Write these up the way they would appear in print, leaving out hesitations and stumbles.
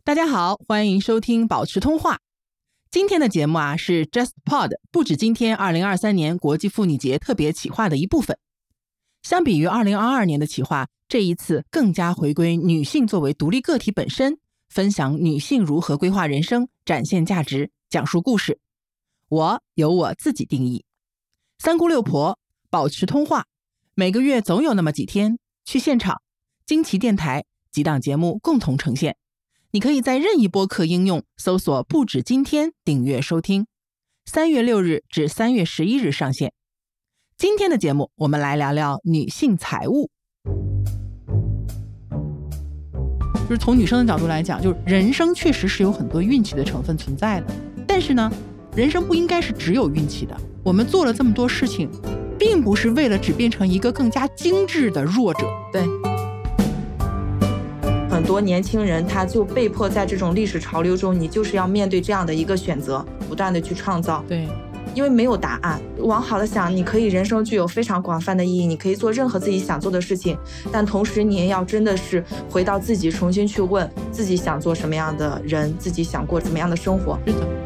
大家好，欢迎收听保持通话。今天的节目是 JustPod 不止今天2023年国际妇女节特别企划的一部分。相比于2022年的企划，这一次更加回归女性作为独立个体本身，分享女性如何规划人生，展现价值，讲述故事。我由我自己定义。三姑六婆，保持通话，每个月总有那么几天去现场，惊奇电台几档节目共同呈现。你可以在任意播客应用搜索不止今天订阅收听，3月6日至3月11日上线。今天的节目我们来聊聊女性财务。就是从女生的角度来讲，就是人生确实是有很多运气的成分存在的，但是呢，人生不应该是只有运气的。我们做了这么多事情，并不是为了只变成一个更加精致的弱者。 对，很多年轻人他就被迫在这种历史潮流中，你就是要面对这样的一个选择，不断的去创造。 对， 因为没有答案。往好了想，你可以人生具有非常广泛的意义，你可以做任何自己想做的事情，但同时你也要真的是回到自己，重新去问自己想做什么样的人，自己想过怎么样的生活。 是的，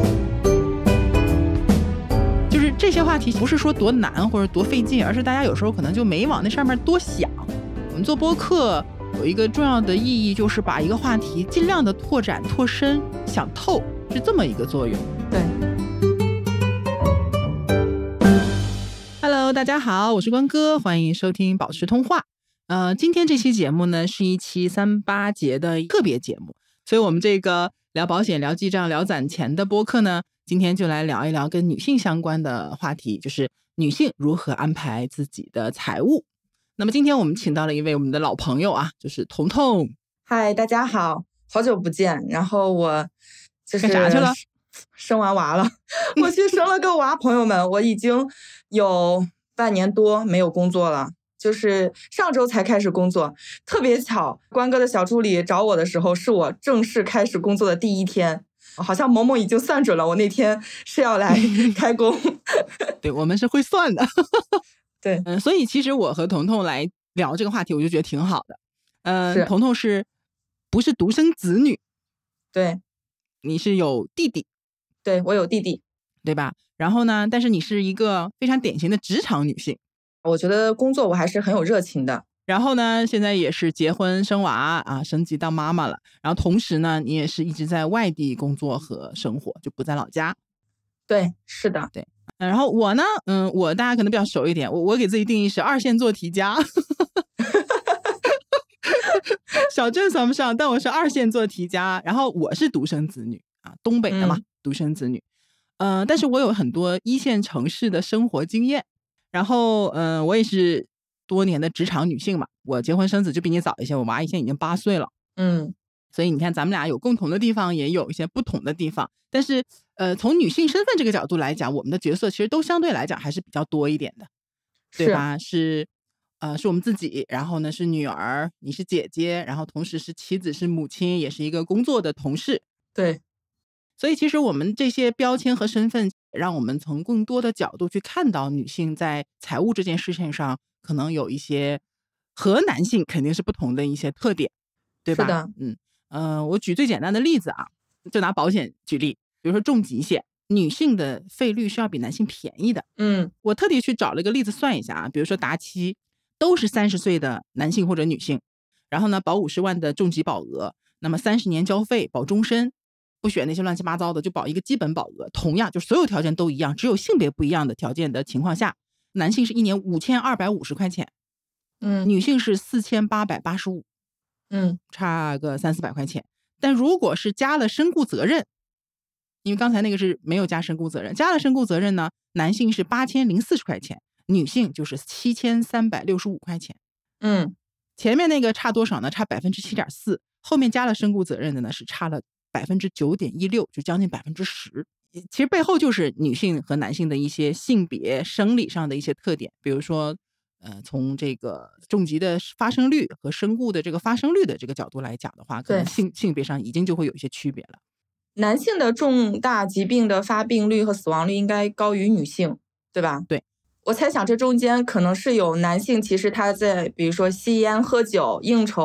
就是这些话题不是说多难或者多费劲，而是大家有时候可能就没往那上面多想。我们做播客有一个重要的意义，就是把一个话题尽量的拓展拓深，想透，是这么一个作用。 对。 Hello， 大家好，我是关哥，欢迎收听保持通话。今天这期节目呢是一期38节的特别节目，所以我们这个聊保险、聊记账、聊攒钱的播客呢，今天就来聊一聊跟女性相关的话题，就是女性如何安排自己的财务。那么今天我们请到了一位我们的老朋友就是彤彤。 嗨，大家好，好久不见。然后我就是干啥去了？ 生完娃了，我去生了个娃，朋友们，我已经有半年多没有工作了，就是上周才开始工作。特别巧，关哥的小助理找我的时候，是我正式开始工作的第一天。好像某某已经算准了，我那天是要来开工。 对，我们是会算的。 对， 所以其实我和彤彤来聊这个话题，我就觉得挺好的。彤彤是不是独生子女？ 对， 你是有弟弟。 对，我有弟弟， 对吧？然后呢，但是你是一个非常典型的职场女性。 我觉得工作我还是很有热情的。 然后呢，现在也是结婚生娃升级当妈妈了。然后同时呢，你也是一直在外地工作和生活，就不在老家。 对，是的， 对。然后我呢，我大家可能比较熟一点，我给自己定义是2线做题家。小镇算不上，但我是2线做题家。然后我是独生子女东北的嘛，独生子女。但是我有很多1线城市的生活经验。然后我也是多年的职场女性嘛，我结婚生子就比你早一些，我娃现在已经8岁了。所以你看咱们俩有共同的地方，也有一些不同的地方。但是从女性身份这个角度来讲，我们的角色其实都相对来讲还是比较多一点的，对吧？是我们自己，然后呢是女儿，你是姐姐，然后同时是妻子，是母亲，也是一个工作的同事。 对， 所以其实我们这些标签和身份，让我们从更多的角度去看到女性在财务这件事情上可能有一些和男性肯定是不同的一些特点，对吧？ 是的。 我举最简单的例子就拿保险举例，比如说重疾险，女性的费率是要比男性便宜的。我特地去找了一个例子算一下比如说达期都是30岁的男性或者女性，然后呢保50万的重疾保额，那么30年交费保终身，不选那些乱七八糟的，就保一个基本保额。同样就所有条件都一样，只有性别不一样的条件的情况下，男性是1年5250块钱，女性是4885，差个300-400块钱。但如果是加了身故责任，因为刚才那个是没有加身故责任，加了身故责任呢，男性是8040块钱，女性就是7365块钱。前面那个差多少呢？差 7.4%， 后面加了身故责任的呢是差了 9.16%， 就将近 10%。其实背后就是女性和男性的一些性别生理上的一些特点，比如说从这个重疾的发生率和身故的这个发生率的这个角度来讲的话，可能性别上已经就会有一些区别了。 男性的重大疾病的发病率和死亡率应该高于女性，对吧？ 对， 我猜想这中间可能是有男性，其实他在比如说吸烟、喝酒、应酬，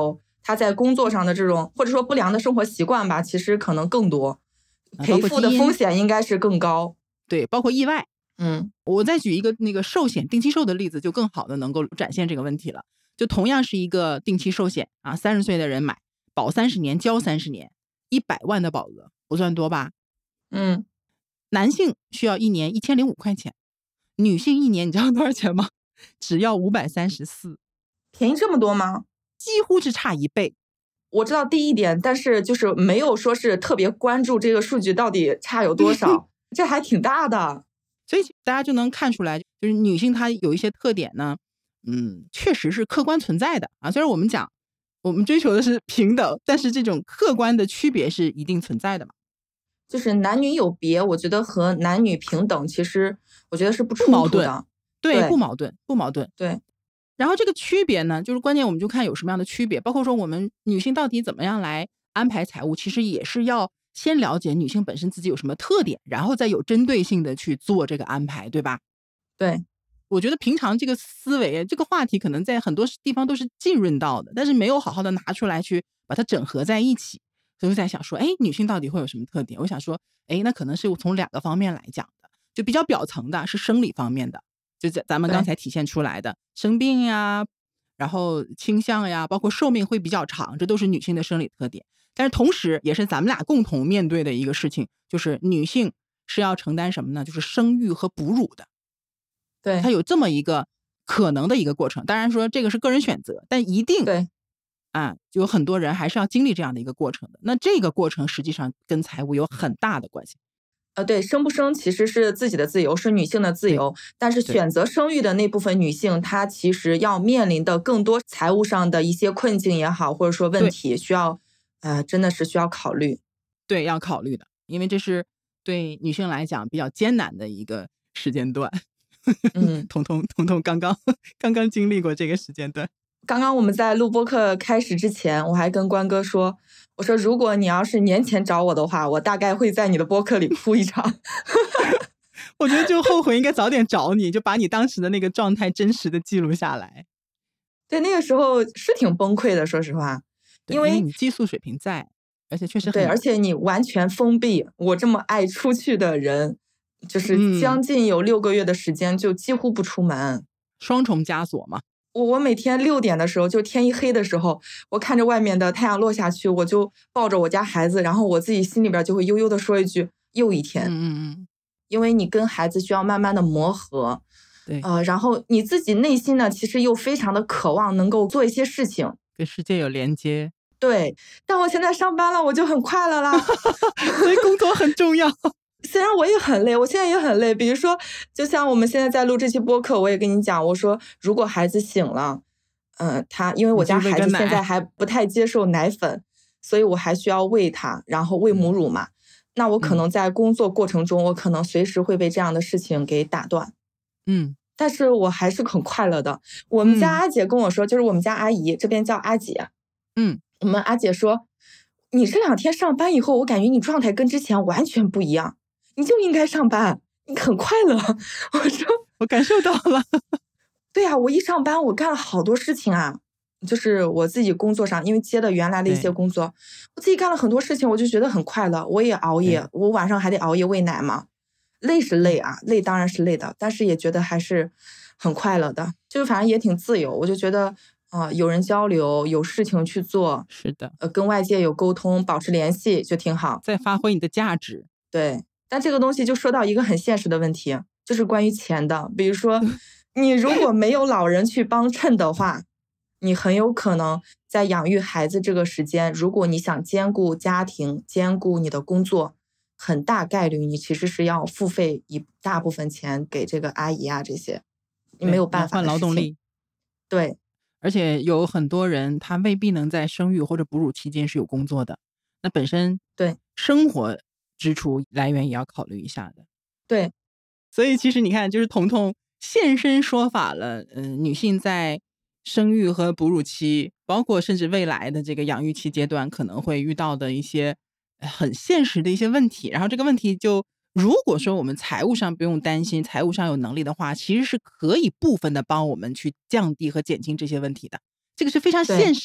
他在工作上的这种或者说不良的生活习惯吧，其实可能更多，赔付的风险应该是更高。 对，包括意外。 我再举一个那个寿险定期寿的例子，就更好的能够展现这个问题了。就同样是一个定期寿险啊，30岁的人买，保30年，交30年，100万的保额，不算多吧？男性需要1年1005块钱，女性1年你知道多少钱吗？只要534。 便宜这么多吗？ 几乎是差1倍。 我知道第一点，但是就是没有说是特别关注这个数据到底差有多少，这还挺大的。 所以大家就能看出来，就是女性她有一些特点呢，确实是客观存在的啊。虽然我们讲我们追求的是平等，但是这种客观的区别是一定存在的嘛。 就是男女有别，我觉得和男女平等其实我觉得是不冲突的。 对，不矛盾。 对。 然后这个区别呢，就是关键我们就看有什么样的区别，包括说我们女性到底怎么样来安排财务，其实也是要先了解女性本身自己有什么特点，然后再有针对性的去做这个安排，对吧？ 对， 我觉得平常这个思维这个话题可能在很多地方都是浸润到的，但是没有好好的拿出来去把它整合在一起。所以我在想说，女性到底会有什么特点？我想说，那可能是从2个方面来讲的，就比较表层的是生理方面的，就咱们刚才体现出来的生病呀，然后倾向呀，包括寿命会比较长，这都是女性的生理特点。但是同时也是咱们俩共同面对的一个事情，就是女性是要承担什么呢？就是生育和哺乳的。 对， 它有这么一个可能的一个过程。当然说这个是个人选择，但一定对就有很多人还是要经历这样的一个过程的。那这个过程实际上跟财务有很大的关系。 对，生不生其实是自己的自由，是女性的自由，但是选择生育的那部分女性，她其实要面临的更多财务上的一些困境也好，或者说问题，需要真的是需要考虑。 对，要考虑的，因为这是对女性来讲比较艰难的一个时间段。彤彤刚刚经历过这个时间段。 刚刚我们在录播课开始之前，我还跟关哥说，我说如果你要是年前找我的话，我大概会在你的播客里哭一场。 我觉得就后悔应该早点找你，就把你当时的那个状态真实的记录下来。 对，那个时候是挺崩溃的，说实话， 因为你激素水平在，而且确实对，而且你完全封闭。我这么爱出去的人，就是将近有6个月的时间就几乎不出门， 双重枷锁嘛。 我每天6点的时候，就天一黑的时候，我看着外面的太阳落下去，我就抱着我家孩子，然后我自己心里边就会悠悠的说一句又一天。因为你跟孩子需要慢慢的磨合， 对， 然后你自己内心呢，其实又非常的渴望能够做一些事情， 跟世界有连接。 对，但我现在上班了，我就很快乐啦。 所以工作很重要。 虽然我也很累，我现在也很累。比如说，就像我们现在在录这期播客，我也跟你讲，我说如果孩子醒了，因为我家孩子现在还不太接受奶粉，所以我还需要喂他，然后喂母乳嘛。那我可能在工作过程中，我可能随时会被这样的事情给打断。但是我还是很快乐的。我们家阿姐跟我说，就是我们家阿姨这边叫阿姐，我们阿姐说，你这2天上班以后，我感觉你状态跟之前完全不一样。你就应该上班，你很快乐。我说我感受到了。 对啊，我一上班我干了好多事情啊，就是我自己工作上，因为接了原来的一些工作，我自己干了很多事情，我就觉得很快乐。我也熬夜，我晚上还得熬夜喂奶嘛，累是累啊，累当然是累的，但是也觉得还是很快乐的，就反正也挺自由。我就觉得有人交流，有事情去做， 是的， 跟外界有沟通，保持联系就挺好， 在发挥你的价值。 对。但这个东西就说到一个很现实的问题，就是关于钱的。比如说，你如果没有老人去帮衬的话，你很有可能在养育孩子这个时间，如果你想兼顾家庭、兼顾你的工作，很大概率你其实是要付费一大部分钱给这个阿姨啊这些，你没有办法换劳动力。 对， 而且有很多人他未必能在生育或者哺乳期间是有工作的，那本身对生活支出来源也要考虑一下的。 对， 所以其实你看，就是彤彤现身说法了，女性在生育和哺乳期，包括甚至未来的这个养育期阶段，可能会遇到的一些很现实的一些问题。然后这个问题就，如果说我们财务上不用担心，财务上有能力的话，其实是可以部分的帮我们去降低和减轻这些问题的。这个是非常现实的。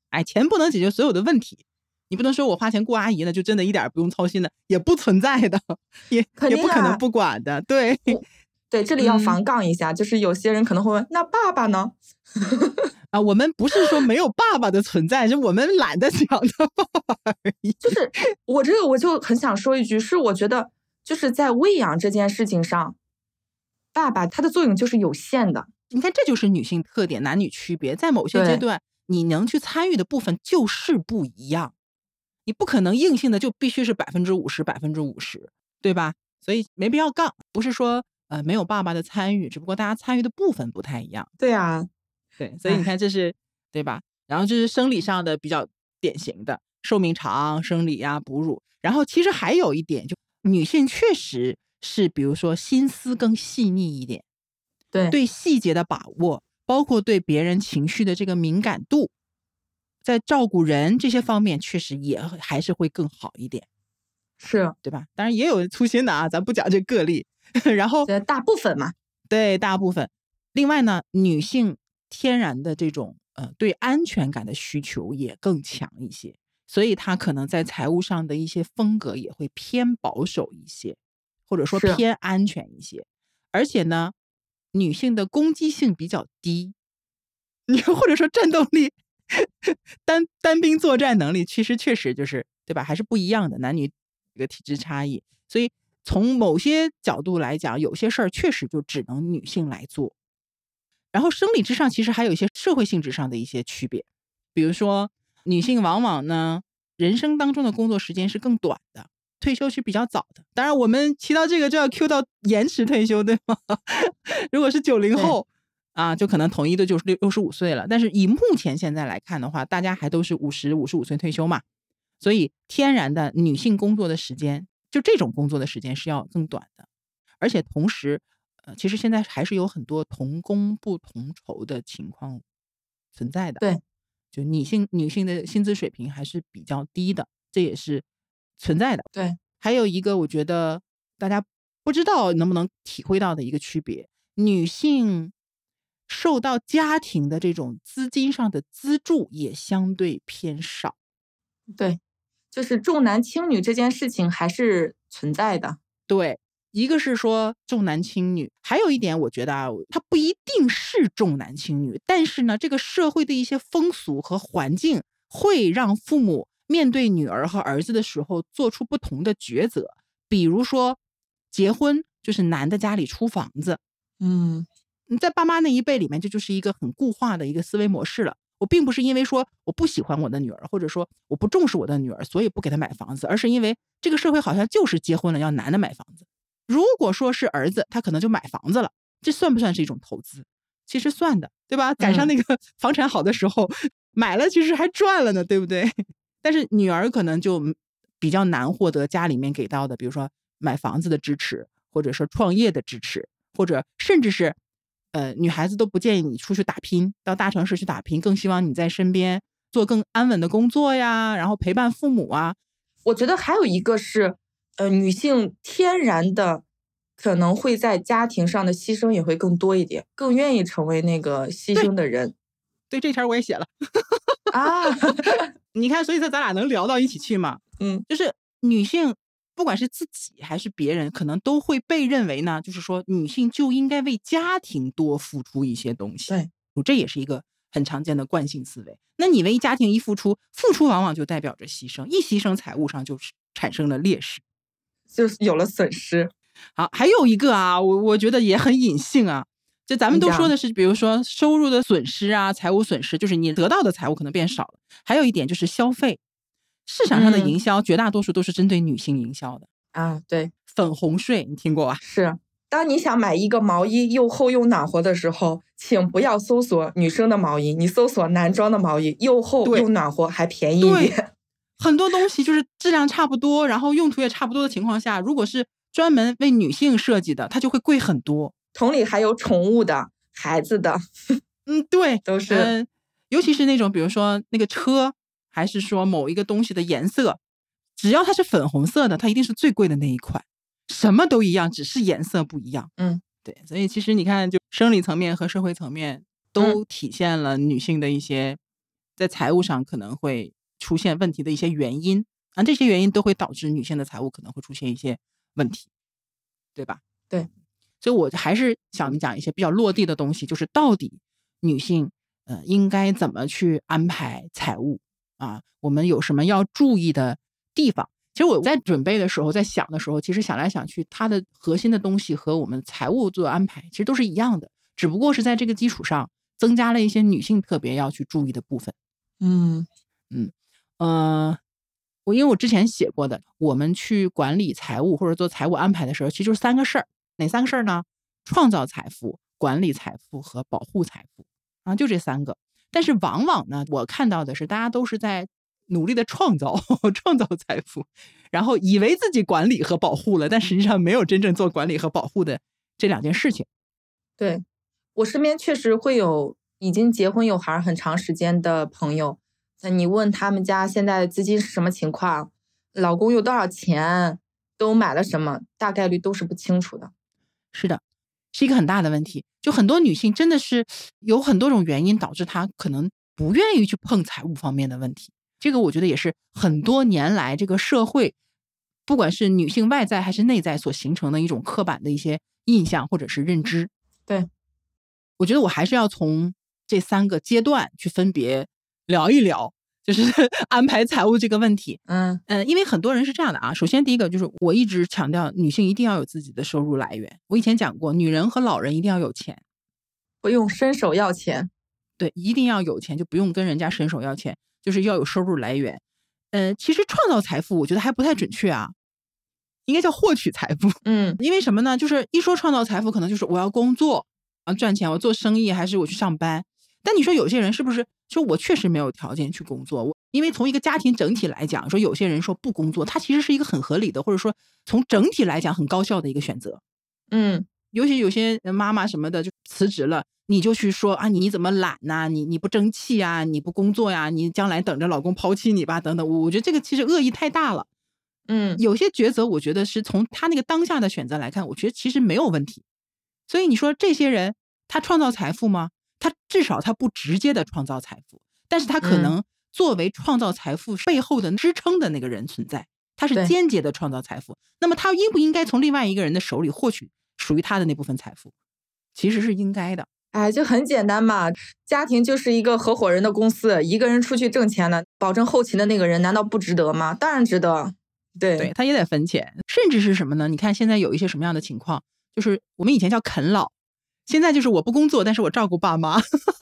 钱不能解决所有的问题，你不能说我花钱雇阿姨呢就真的一点不用操心的，也不存在的，也不可能不管的。对对，这里要防杠一下，就是有些人可能会问，那爸爸呢？ 我们不是说没有爸爸的存在，是我们懒得讲的爸爸而已。 就是我就很想说一句，是我觉得就是在喂养这件事情上，爸爸他的作用就是有限的。 你看，这就是女性特点，男女区别，在某些阶段你能去参与的部分就是不一样，你不可能硬性的就必须是50%，对吧？所以没必要杠，不是说没有爸爸的参与，只不过大家参与的部分不太一样。 对啊， 对，所以你看这是对吧？然后这是生理上的比较典型的，寿命长、生理呀、哺乳。然后其实还有一点，就女性确实是比如说心思更细腻一点，对细节的把握，包括对别人情绪的这个敏感度，在照顾人这些方面确实也还是会更好一点， 是对吧？当然也有粗心的啊，咱不讲这个例。然后大部分嘛， 对，大部分。另外呢，女性天然的这种对安全感的需求也更强一些，所以她可能在财务上的一些风格也会偏保守一些，或者说偏安全一些。而且呢，女性的攻击性比较低，或者说战斗力单兵作战能力其实确实就是对吧，还是不一样的，男女这个体质差异。所以从某些角度来讲，有些事儿确实就只能女性来做。然后生理之上其实还有一些社会性质上的一些区别，比如说女性往往呢人生当中的工作时间是更短的，退休是比较早的。当然我们提到这个就要 Q 到延迟退休，对吗？如果是90后就可能统一的就是65岁了。但是以目前现在来看的话，大家还都是55岁退休嘛，所以天然的女性工作的时间，就这种工作的时间是要更短的。而且同时其实现在还是有很多同工不同酬的情况存在的。 对， 就女性的薪资水平还是比较低的，这也是存在的。 对， 还有一个我觉得大家不知道能不能体会到的一个区别，女性受到家庭的这种资金上的资助也相对偏少。 对，就是重男轻女这件事情还是存在的。 对，一个是说重男轻女，还有一点我觉得它不一定是重男轻女，但是呢，这个社会的一些风俗和环境会让父母面对女儿和儿子的时候做出不同的抉择。比如说结婚就是男的家里出房子，在爸妈那一辈里面，这就是一个很固化的一个思维模式了。我并不是因为说我不喜欢我的女儿，或者说我不重视我的女儿，所以不给她买房子，而是因为这个社会好像就是结婚了要男的买房子。如果说是儿子，他可能就买房子了，这算不算是一种投资？其实算的，对吧？赶上那个房产好的时候，买了其实还赚了呢，对不对？但是女儿可能就比较难获得家里面给到的，比如说买房子的支持，或者说创业的支持，或者甚至是女孩子都不建议你出去打拼，到大城市去打拼，更希望你在身边做更安稳的工作呀，然后陪伴父母啊。 我觉得还有一个是女性天然的可能会在家庭上的牺牲也会更多一点，更愿意成为那个牺牲的人。 对，这条我也写了啊你看，所以咱俩能聊到一起去嘛？就是女性不管是自己还是别人，可能都会被认为呢，就是说女性就应该为家庭多付出一些东西。 对， 这也是一个很常见的惯性思维。那你为家庭一付出，付出往往就代表着牺牲，一牺牲财务上就产生了劣势， 就是有了损失。 好，还有一个我觉得也很隐性啊，就咱们都说的是，比如说收入的损失啊，财务损失，就是你得到的财务可能变少了。还有一点就是消费，市场上的营销绝大多数都是针对女性营销的对， 粉红税你听过吧？ 是，当你想买一个毛衣又厚又暖和的时候，请不要搜索女生的毛衣，你搜索男装的毛衣，又厚又暖和还便宜一点。 很多东西就是质量差不多，然后用途也差不多的情况下，如果是专门为女性设计的，它就会贵很多。 同理还有宠物的、孩子的对， 都是尤其是那种比如说那个车，还是说某一个东西的颜色，只要它是粉红色的，它一定是最贵的那一款。什么都一样，只是颜色不一样。对，所以其实你看，就生理层面和社会层面都体现了女性的一些在财务上可能会出现问题的一些原因啊，这些原因都会导致女性的财务可能会出现一些问题，对吧？ 对， 所以我还是想讲一些比较落地的东西，就是到底女性应该怎么去安排财务啊？我们有什么要注意的地方？其实我在准备的时候，在想的时候，其实想来想去，它的核心的东西和我们财务做安排其实都是一样的，只不过是在这个基础上增加了一些女性特别要去注意的部分。因为我之前写过的，我们去管理财务或者做财务安排的时候，其实就是3个事儿。哪3个事儿呢？创造财富、管理财富和保护财富啊，就这3个。但是往往呢，我看到的是大家都是在努力的创造财富，然后以为自己管理和保护了，但实际上没有真正做管理和保护的这2件事情。 对，我身边确实会有已经结婚有孩很长时间的朋友，你问他们家现在资金是什么情况，老公有多少钱，都买了什么，大概率都是不清楚的。 是的，是一个很大的问题。就很多女性真的是有很多种原因导致她可能不愿意去碰财务方面的问题。这个我觉得也是很多年来这个社会不管是女性外在还是内在所形成的一种刻板的一些印象或者是认知。 对， 我觉得我还是要从这3个阶段去分别聊一聊，就是安排财务这个问题。因为很多人是这样的啊。首先第一个就是我一直强调女性一定要有自己的收入来源。我以前讲过，女人和老人一定要有钱， 不用伸手要钱。 对，一定要有钱，就不用跟人家伸手要钱，就是要有收入来源。其实创造财富我觉得还不太准确啊，应该叫获取财富。因为什么呢？就是一说创造财富，可能就是我要工作啊赚钱，我做生意还是我去上班。但你说有些人是不是说我确实没有条件去工作？因为从一个家庭整体来讲，说有些人说不工作，它其实是一个很合理的，或者说从整体来讲很高效的一个选择。尤其有些妈妈什么的就辞职了，你就去说啊，你怎么懒呐？你不争气啊？你不工作呀？你将来等着老公抛弃你吧？等等，我觉得这个其实恶意太大了。有些抉择我觉得是从他那个当下的选择来看，我觉得其实没有问题。所以你说这些人他创造财富吗？他至少他不直接的创造财富，但是他可能作为创造财富背后的支撑的那个人存在，他是间接的创造财富。那么他应不应该从另外一个人的手里获取属于他的那部分财富？其实是应该的。 就很简单嘛，家庭就是一个合伙人的公司，一个人出去挣钱的，保证后勤的那个人难道不值得吗？当然值得。对， 他也得分钱。甚至是什么呢？你看现在有一些什么样的情况，就是我们以前叫啃老，现在就是我不工作，但是我照顾爸妈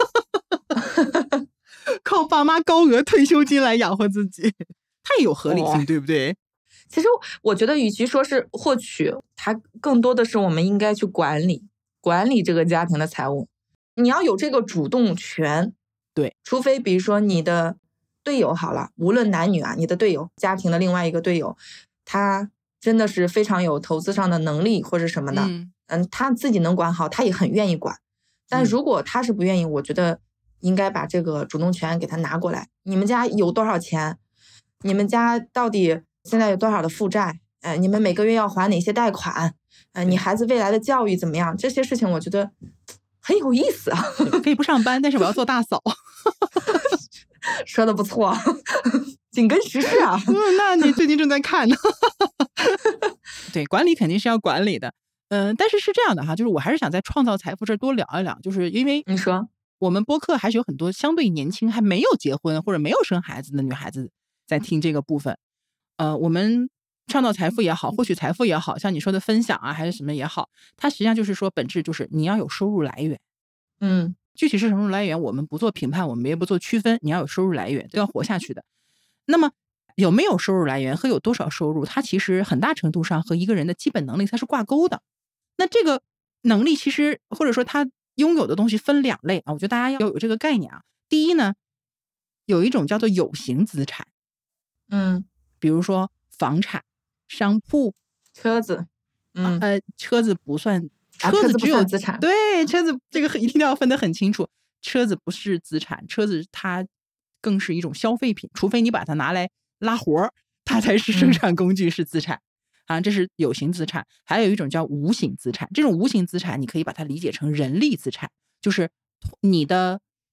靠爸妈高额退休金来养活自己，太有合理性，对不对？ 其实我觉得与其说是获取，它更多的是我们应该去管理这个家庭的财务。你要有这个主动权。 对， 除非比如说你的队友好了，无论男女啊，你的队友，家庭的另外一个队友，他真的是非常有投资上的能力或者什么的，他自己能管好，他也很愿意管。但如果他是不愿意，我觉得应该把这个主动权给他拿过来。你们家有多少钱？你们家到底现在有多少的负债？你们每个月要还哪些贷款？你孩子未来的教育怎么样？这些事情我觉得很有意思啊。 可以不上班，但是我要做大嫂。 说的不错，紧跟时事啊。 那你最近正在看呢。对，管理肯定是要管理的。但是是这样的哈，就是我还是想在创造财富这儿多聊一聊，就是因为你说我们播客还是有很多相对年轻还没有结婚或者没有生孩子的女孩子在听这个部分。我们创造财富也好，获取财富也好，像你说的分享啊还是什么也好，它实际上就是说本质就是你要有收入来源。具体是什么来源我们不做评判，我们也不做区分，你要有收入来源，都要活下去的。那么有没有收入来源和有多少收入，它其实很大程度上和一个人的基本能力它是挂钩的。那这个能力其实或者说他拥有的东西分2类啊，我觉得大家要有这个概念啊。第一呢，有一种叫做有形资产，比如说房产、商铺、 车子。 车子不算，车子只有资产。 对，车子这个一定要分得很清楚，车子不是资产，车子它更是一种消费品，除非你把它拿来拉活，它才是生产工具，是资产。这是有形资产。还有一种叫无形资产，这种无形资产你可以把它理解成人力资产，就是你的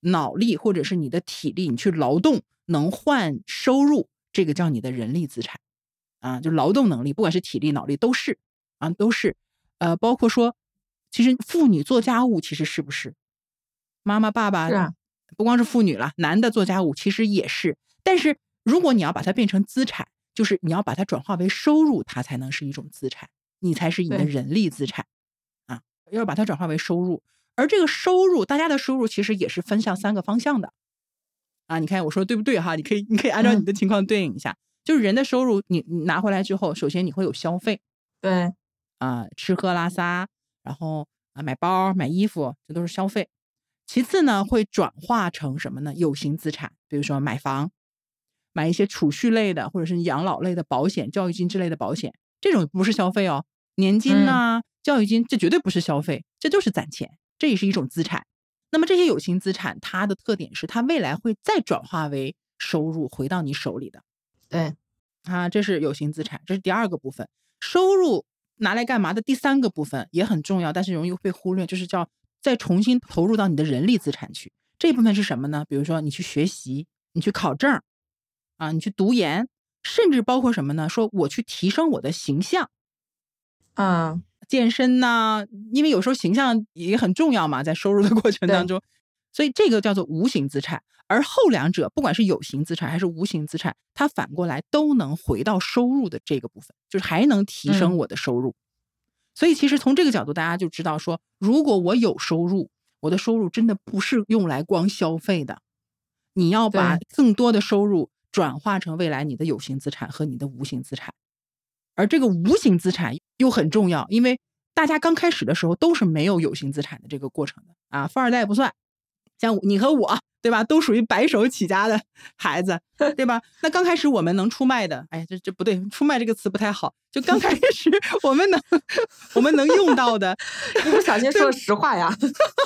脑力或者是你的体力，你去劳动能换收入，这个叫你的人力资产啊，就劳动能力，不管是体力脑力都是啊，都是包括说其实妇女做家务其实是不是妈妈爸爸是啊， 不光是妇女了，男的做家务其实也是，但是如果你要把它变成资产，就是你要把它转化为收入，它才能是一种资产，你才是你的人力资产啊，要把它转化为收入。而这个收入，大家的收入其实也是分向3个方向的啊。你看我说对不对哈？你可以按照你的情况对应一下。就是人的收入，你拿回来之后，首先你会有消费， 对啊，吃喝拉撒，然后买包买衣服，这都是消费。其次呢，会转化成什么呢？有形资产，比如说买房，买一些储蓄类的或者是养老类的保险，教育金之类的保险，这种不是消费哦。年金啊，教育金，这绝对不是消费，这就是攒钱，这也是一种资产。那么这些有形资产，它的特点是它未来会再转化为收入回到你手里的。 对啊，这是有形资产，这是第2个部分。收入拿来干嘛的第3个部分也很重要，但是容易被忽略，就是叫再重新投入到你的人力资产去。这部分是什么呢？比如说你去学习，你去考证啊，你去读研，甚至包括什么呢？说我去提升我的形象啊， 健身呐，因为有时候形象也很重要嘛，在收入的过程当中，所以这个叫做无形资产。而后两者不管是有形资产还是无形资产，它反过来都能回到收入的这个部分，就是还能提升我的收入。所以其实从这个角度大家就知道说，如果我有收入，我的收入真的不是用来光消费的，你要把更多的收入转化成未来你的有形资产和你的无形资产。而这个无形资产又很重要，因为大家刚开始的时候都是没有有形资产的这个过程的啊，富二代不算，像你和我对吧，都属于白手起家的孩子对吧？那刚开始我们能出卖的，哎，这不对，出卖这个词不太好，就刚开始我们能用到的一不小心说了实话呀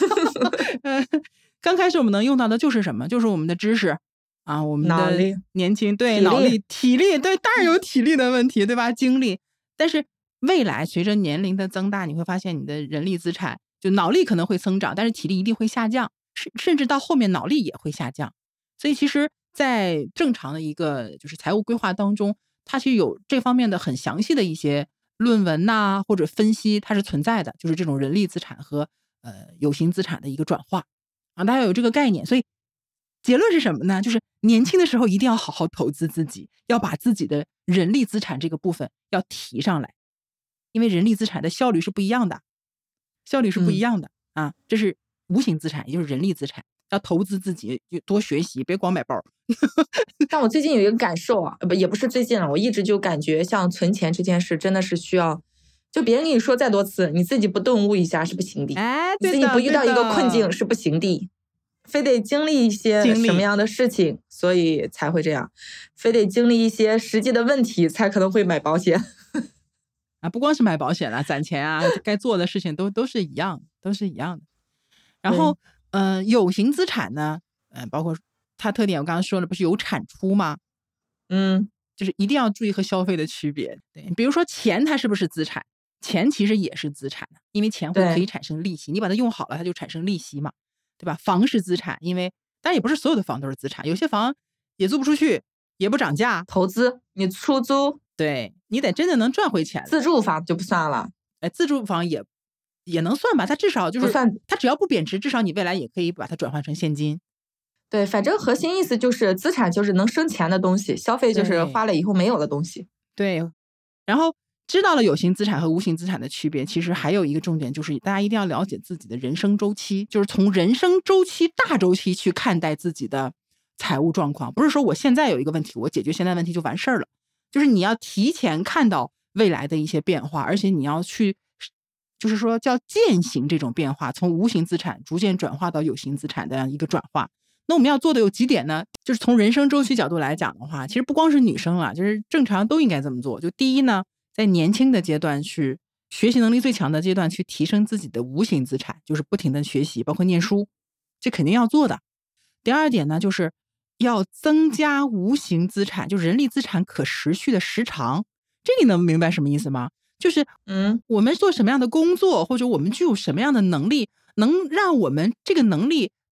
刚开始我们能用到的就是什么？就是我们的知识啊，我们的年轻，对，脑力体力，对，当然有体力的问题对吧，精力。但是未来随着年龄的增大，你会发现你的人力资产就脑力可能会增长，但是体力一定会下降，甚至到后面脑力也会下降。所以其实在正常的一个就是财务规划当中，它其实有这方面的很详细的一些论文呐，或者分析，它是存在的，就是这种人力资产和有形资产的一个转化啊，大家有这个概念。所以结论是什么呢？就是年轻的时候一定要好好投资自己，要把自己的人力资产这个部分要提上来，因为人力资产的效率是不一样的，啊，这是无形资产，也就是人力资产，要投资自己，多学习，别光买包。 但我最近有一个感受啊，也不是最近了，我一直就感觉像存钱这件事真的是需要，就别人跟你说再多次，你自己不顿悟一下是不行的，你自己不遇到一个困境是不行的，非得经历一些什么样的事情，所以才会这样，非得经历一些实际的问题才可能会买保险啊，不光是买保险了，攒钱啊，该做的事情都是一样的，然后有形资产呢，包括它特点，我刚刚说了，不是有产出吗？就是一定要注意和消费的区别。对，比如说钱，它是不是资产？钱其实也是资产的，因为钱可以产生利息，你把它用好了，它就产生利息嘛，对吧？房是资产，因为当然也不是所有的房都是资产，有些房也租不出去，也不涨价， 投资你出租， 对，你得真的能赚回钱。 自住房就不算了， 自住房也能算吧，它至少就是它只要不贬值，至少你未来也可以把它转换成现金。 对，反正核心意思就是资产就是能生钱的东西，消费就是花了以后没有的东西。 对，然后知道了有形资产和无形资产的区别，其实还有一个重点就是大家一定要了解自己的人生周期，就是从人生周期大周期去看待自己的财务状况，不是说我现在有一个问题，我解决现在问题就完事儿了，就是你要提前看到未来的一些变化，而且你要去就是说叫践行这种变化，从无形资产逐渐转化到有形资产的一个转化。那我们要做的有几点呢？就是从人生周期角度来讲的话，其实不光是女生啊，就是正常都应该这么做。就第一呢，在年轻的阶段去学习能力最强的阶段去提升自己的无形资产，就是不停的学习，包括念书，这肯定要做的。第二点呢，就是要增加无形资产，就人力资产可持续的时长。这里能明白什么意思吗？就是我们做什么样的工作，或者我们具有什么样的能力，能让我们这个能力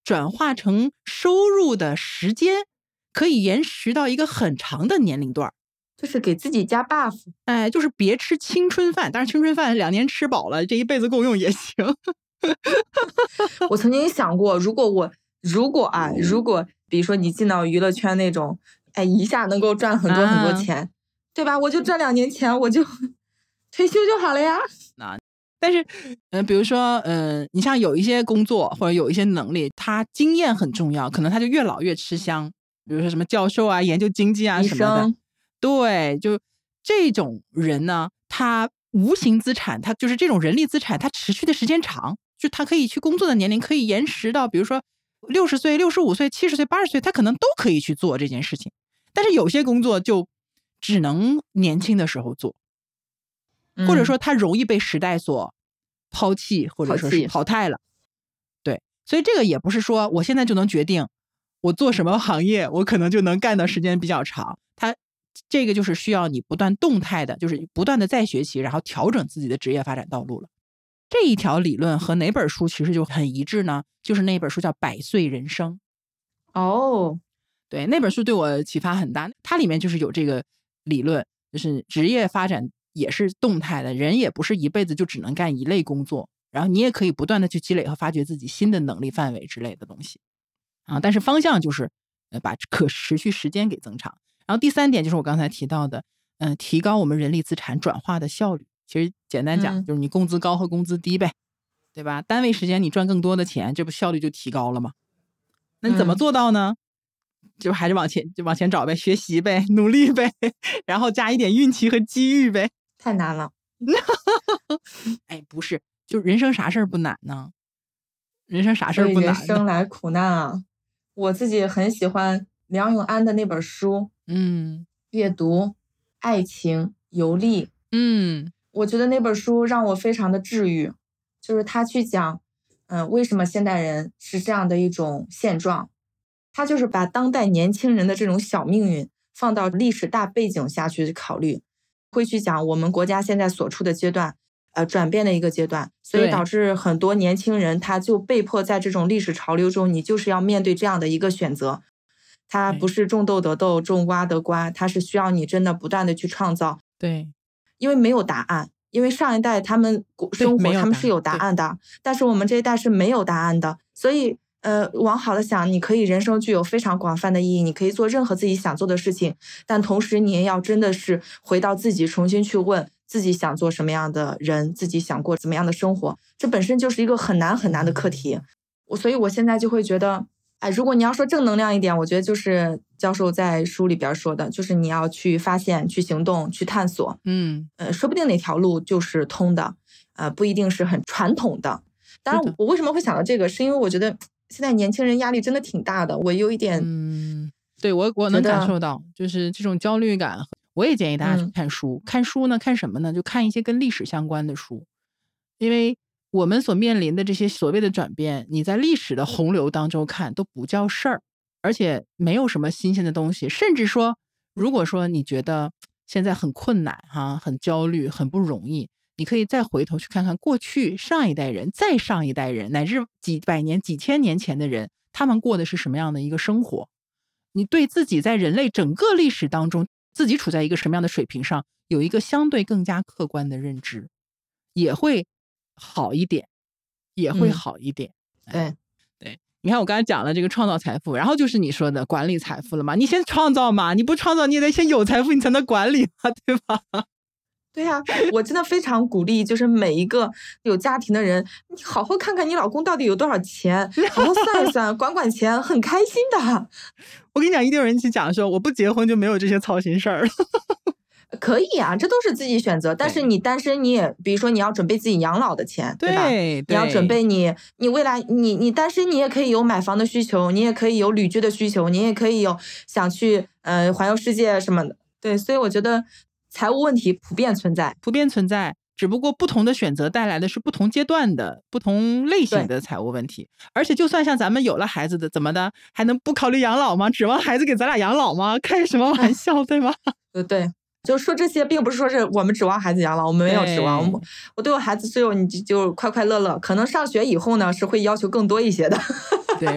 转化成收入的时间可以延续到一个很长的年龄段， 就是给自己加 buff。 哎，就是别吃青春饭，当然青春饭2年吃饱了，这一辈子够用也行。 我曾经想过，如果比如说你进到娱乐圈那种，哎，一下能够赚很多很多钱，对吧？我就赚2年钱，我就退休就好了呀。 但是比如说你像有一些工作或者有一些能力，他经验很重要，可能他就越老越吃香，比如说什么教授啊、研究经济啊什么的。对，就这种人呢，他无形资产，他就是这种人力资产，他持续的时间长，就他可以去工作的年龄可以延迟到比如说60岁、65岁、70岁、80岁，他可能都可以去做这件事情。但是有些工作就只能年轻的时候做，或者说他容易被时代所抛弃或者说是淘汰了。对，所以这个也不是说我现在就能决定我做什么行业我可能就能干的时间比较长，它这个就是需要你不断动态的，就是不断的在学习，然后调整自己的职业发展道路了。这一条理论和哪本书其实就很一致呢？就是那本书叫《100岁人生》。 哦， 对，那本书对我启发很大，它里面就是有这个理论，就是职业发展也是动态的，人也不是一辈子就只能干一类工作，然后你也可以不断的去积累和发掘自己新的能力范围之类的东西啊。但是方向就是把可持续时间给增长。然后第3点就是我刚才提到的提高我们人力资产转化的效率。其实简单讲就是你工资高和工资低呗，对吧？单位时间你赚更多的钱，这不效率就提高了吗？那你怎么做到呢？就还是往前找呗，学习呗，努力呗，然后加一点运气和机遇呗。 太难了。 哎，不是，就人生啥事儿不难呢？人生啥事儿不难呢？ 人生来苦难啊！我自己很喜欢梁永安的那本书，阅读、爱情、游历。我觉得那本书让我非常的治愈，就是他去讲，为什么现代人是这样的一种现状。他就是把当代年轻人的这种小命运放到历史大背景下去考虑，会去讲我们国家现在所处的阶段，转变的一个阶段，所以导致很多年轻人他就被迫在这种历史潮流中，你就是要面对这样的一个选择。他不是种豆得豆，种瓜得瓜，他是需要你真的不断的去创造。 对， 因为没有答案，因为上一代他们生活他们是有答案的，但是我们这一代是没有答案的，所以往好的想，你可以人生具有非常广泛的意义，你可以做任何自己想做的事情，但同时你也要真的是回到自己，重新去问自己想做什么样的人，自己想过怎么样的生活，这本身就是一个很难很难的课题。所以我现在就会觉得，如果你要说正能量一点，我觉得就是教授在书里边说的，就是你要去发现、去行动、去探索。说不定哪条路就是通的，不一定是很传统的。当然，我为什么会想到这个，是因为我觉得现在年轻人压力真的挺大的，我有一点， 对，我能感受到，就是这种焦虑感。我也建议大家去看书，看书呢，看什么呢？就看一些跟历史相关的书，因为我们所面临的这些所谓的转变，你在历史的洪流当中看都不叫事儿，而且没有什么新鲜的东西。甚至说，如果说你觉得现在很困难很焦虑，很不容易，你可以再回头去看看过去上一代人、再上一代人，乃至几百年、几千年前的人，他们过的是什么样的一个生活。你对自己在人类整个历史当中自己处在一个什么样的水平上，有一个相对更加客观的认知，也会好一点，也会好一点。 对， 你看我刚才讲了这个创造财富，然后就是你说的管理财富了嘛？你先创造嘛，你不创造你也得先有财富，你才能管理嘛，对吧？ 对呀，我真的非常鼓励，就是每一个有家庭的人，你好好看看你老公到底有多少钱，好好算一算，管钱，很开心的。 我跟你讲，一定有人去讲说，我不结婚就没有这些操心事儿了。 可以啊，这都是自己选择。但是你单身，你也比如说你要准备自己养老的钱，对吧？你要准备你未来你单身，你也可以有买房的需求，你也可以有旅居的需求，你也可以有想去环游世界什么的。对，所以我觉得财务问题普遍存在， 只不过不同的选择带来的是不同阶段的不同类型的财务问题。而且就算像咱们有了孩子的，怎么的还能不考虑养老吗？指望孩子给咱俩养老吗？开什么玩笑，对吗？ 对，就说这些并不是说是我们指望孩子养老，我们没有指望。我对我孩子只有你就快快乐乐，可能上学以后呢是会要求更多一些的。 对，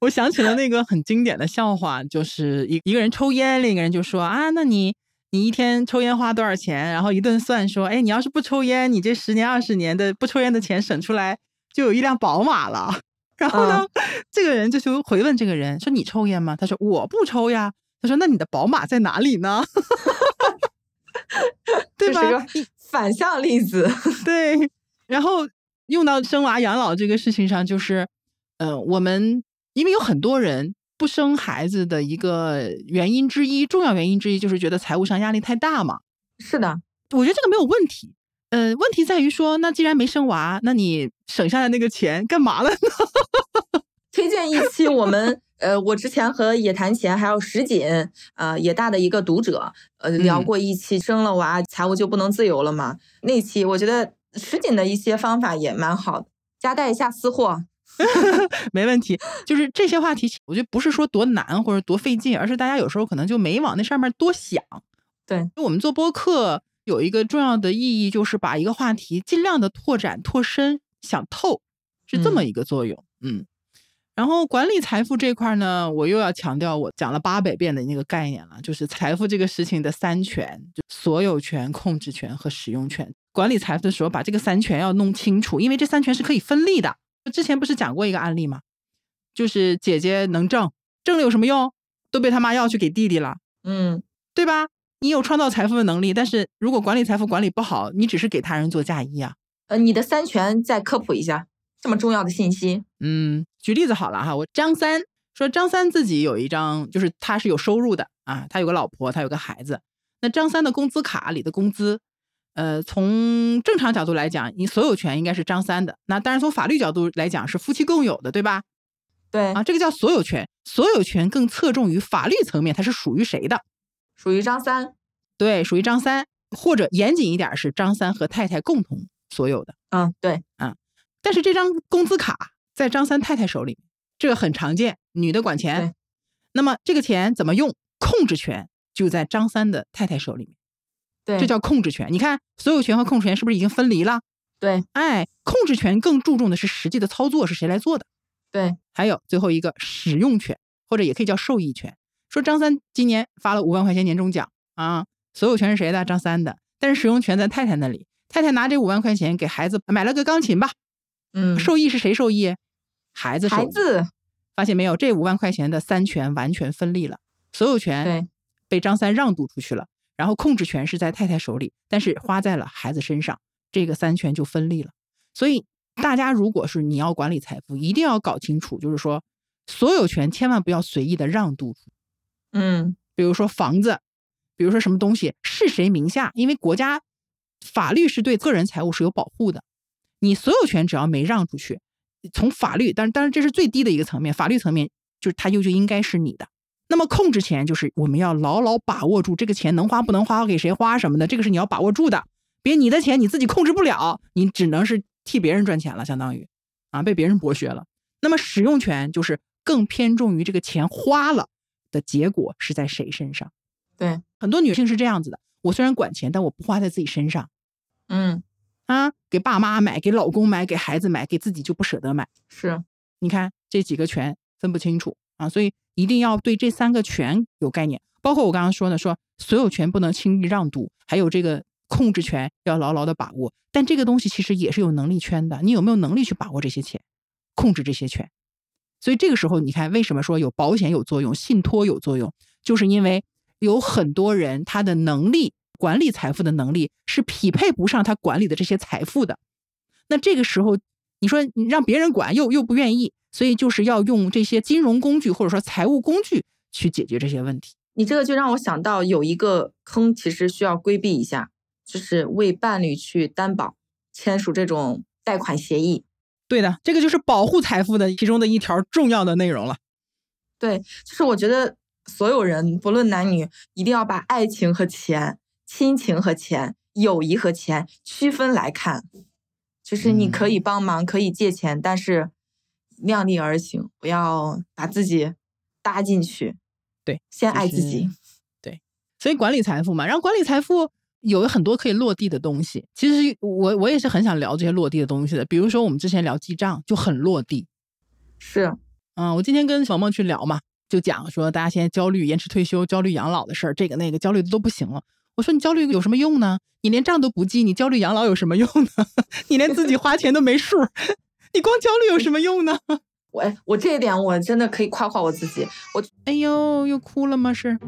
我想起了那个很经典的笑话，就是一个人抽烟，另一个人就说啊，那你一天抽烟花多少钱？然后一顿算说，哎，你要是不抽烟，你这10年20年的不抽烟的钱省出来就有一辆宝马了。然后呢，这个人就回问这个人说，你抽烟吗？他说我不抽呀。他说那你的宝马在哪里呢？对吧？ 这是个反向例子。 对，然后用到生娃养老这个事情上，就是我们因为有很多人不生孩子的一个原因之一，重要原因之一就是觉得财务上压力太大嘛。 是的， 我觉得这个没有问题。问题在于说，那既然没生娃，那你省下来那个钱干嘛了呢？ 推荐一期我们我之前和野谈钱还有石锦野大的一个读者聊过一期，生了娃财务就不能自由了嘛。那期我觉得石锦的一些方法也蛮好的，夹带一下私货。 没问题，就是这些话题我觉得不是说多难或者多费劲，而是大家有时候可能就没往那上面多想。 对， 我们做播客有一个重要的意义，就是把一个话题尽量的拓展拓深，想透，是这么一个作用。然后管理财富这块呢，我又要强调我讲了800遍的那个概念了，就是财富这个事情的3权，就所有权、控制权和使用权。管理财富的时候把这个3权要弄清楚，因为这3权是可以分立的。之前不是讲过一个案例吗？就是姐姐能挣了有什么用？都被他妈要去给弟弟了。对吧？你有创造财富的能力，但是如果管理财富管理不好，你只是给他人做嫁衣啊。 你的3权再科普一下，这么重要的信息。 举例子好了哈，我张三说，张三自己有一张，就是他是有收入的啊，他有个老婆，他有个孩子。那张三的工资卡里的工资，从正常角度来讲，你所有权应该是张三的。那当然从法律角度来讲是夫妻共有的，对吧？ 对啊，这个叫所有权。所有权更侧重于法律层面，它是属于谁的？ 属于张三。 对，属于张三，或者严谨一点是张三和太太共同所有的。 对， 但是这张工资卡在张三太太手里，这个很常见，女的管钱。那么这个钱怎么用？控制权就在张三的太太手里面。 对， 这叫控制权。你看所有权和控制权是不是已经分离了？ 对， 控制权更注重的是实际的操作是谁来做的。 对， 还有最后一个使用权，或者也可以叫受益权。说张三今年发了5万块钱年终奖啊，所有权是谁的？张三的，但是使用权在太太那里。太太拿这5万块钱给孩子买了个钢琴吧。受益是谁受益？孩子受益。 孩子， 发现没有，这5万块钱的3权完全分立了，所有权被张三让渡出去了，然后控制权是在太太手里，但是花在了孩子身上，这个3权就分立了。所以大家如果是你要管理财富，一定要搞清楚，就是说所有权千万不要随意的让渡出。比如说房子，比如说什么东西是谁名下，因为国家法律是对个人财务是有保护的，你所有权只要没让出去，从法律，当然这是最低的一个层面，法律层面就是它就应该是你的。那么控制权就是我们要牢牢把握住这个钱能花不能花，给谁花什么的，这个是你要把握住的。别你的钱你自己控制不了，你只能是替别人赚钱了，相当于被别人剥削了。那么使用权就是更偏重于这个钱花了的结果是在谁身上。 对， 很多女性是这样子的，我虽然管钱，但我不花在自己身上。给爸妈买，给老公买，给孩子买，给自己就不舍得买。 是， 你看这几个权分不清楚所以一定要对这3个权有概念。包括我刚刚说的，说所有权不能轻易让渡，还有这个控制权要牢牢的把握。但这个东西其实也是有能力圈的，你有没有能力去把握这些钱，控制这些权？所以这个时候你看为什么说有保险有作用，信托有作用，就是因为有很多人他的能力，管理财富的能力是匹配不上他管理的这些财富的。那这个时候你说你让别人管又不愿意，所以就是要用这些金融工具或者说财务工具去解决这些问题。 你这个就让我想到有一个坑其实需要规避一下，就是为伴侣去担保，签署这种贷款协议。 对的，这个就是保护财富的其中的一条重要的内容了。 对，就是我觉得所有人不论男女一定要把爱情和钱、亲情和钱、友谊和钱区分来看。就是你可以帮忙，可以借钱，但是量力而行，不要把自己搭进去。 对， 先爱自己。 对，所以管理财富嘛，然后管理财富有很多可以落地的东西。其实我也是很想聊这些落地的东西的，比如说我们之前聊记账就很落地。 是， 我今天跟萌萌去聊嘛，就讲说大家现在焦虑延迟退休、焦虑养老的事儿，这个那个焦虑的都不行了。我说你焦虑有什么用呢？你连账都不记，你焦虑养老有什么用呢？你连自己花钱都没数，你光焦虑有什么用呢？ 我这一点我真的可以夸夸我自己。 哎呦，又哭了吗？是，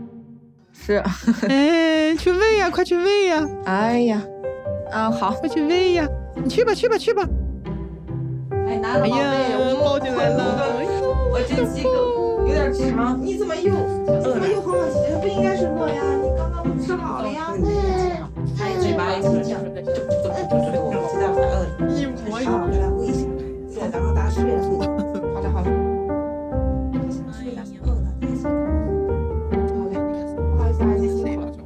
哎， 去喂呀，快去喂呀！ 哎呀，好， 快去喂呀！你去吧。 哎，拿了宝贝， 抱进来了。 我这鸡狗有点长，你怎么又哼了几声？不应该是饿呀，你刚刚不吃好了呀？哎，嘴巴一伸，鸡蛋快饿了， 一模一样。 来喂一下，再然后大家睡了。好了。睡了，饿了，好嘞，不好意思，还是辛苦了。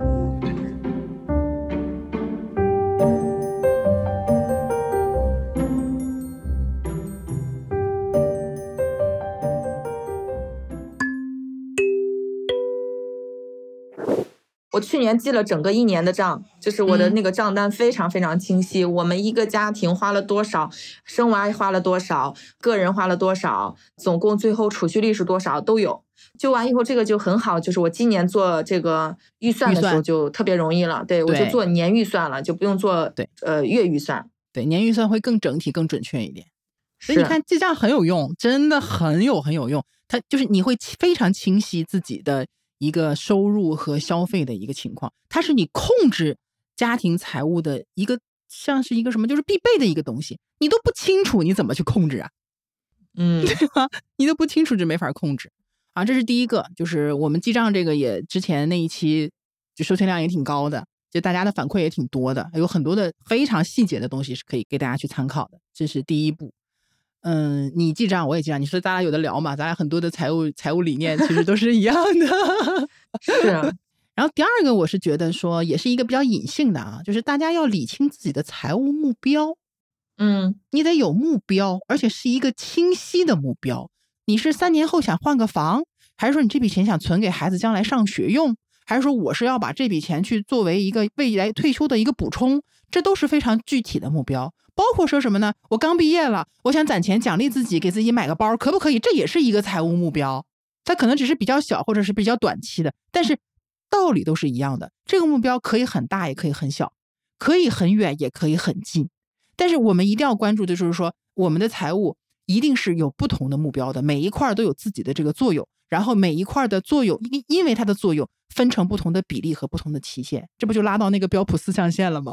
我去年记了整个1年的账，就是我的那个账单非常非常清晰。我们一个家庭花了多少，生娃花了多少，个人花了多少，总共最后储蓄率是多少都有。就完以后这个就很好，就是我今年做这个预算的时候就特别容易了。对，我就做年预算了，就不用做月预算。 对，年预算会更整体更准确一点。所以你看记账很有用，真的很有用。它就是你会非常清晰自己的一个收入和消费的一个情况，它是你控制家庭财务的一个像是一个什么，就是必备的一个东西。你都不清楚你怎么去控制啊？对吧？你都不清楚就没法控制啊。这是第一个，就是我们记账这个也之前那一期就收听量也挺高的，就大家的反馈也挺多的，有很多的非常细节的东西是可以给大家去参考的。这是第一步。你记账我也记账，你说咱俩有的聊嘛，咱俩很多的财务理念其实都是一样的。 是。 然后第二个我是觉得说也是一个比较隐性的啊，就是大家要理清自己的财务目标。你得有目标，而且是一个清晰的目标。你是3年后想换个房，还是说你这笔钱想存给孩子将来上学用，还是说我是要把这笔钱去作为一个未来退休的一个补充，这都是非常具体的目标。包括说什么呢？我刚毕业了，我想攒钱奖励自己，给自己买个包，可不可以？这也是一个财务目标。它可能只是比较小或者是比较短期的，但是道理都是一样的。这个目标可以很大也可以很小，可以很远也可以很近。但是我们一定要关注的就是说，我们的财务一定是有不同的目标的，每一块都有自己的这个作用，然后每一块的作用因为它的作用分成不同的比例和不同的期限，这不就拉到那个标普4象限了吗？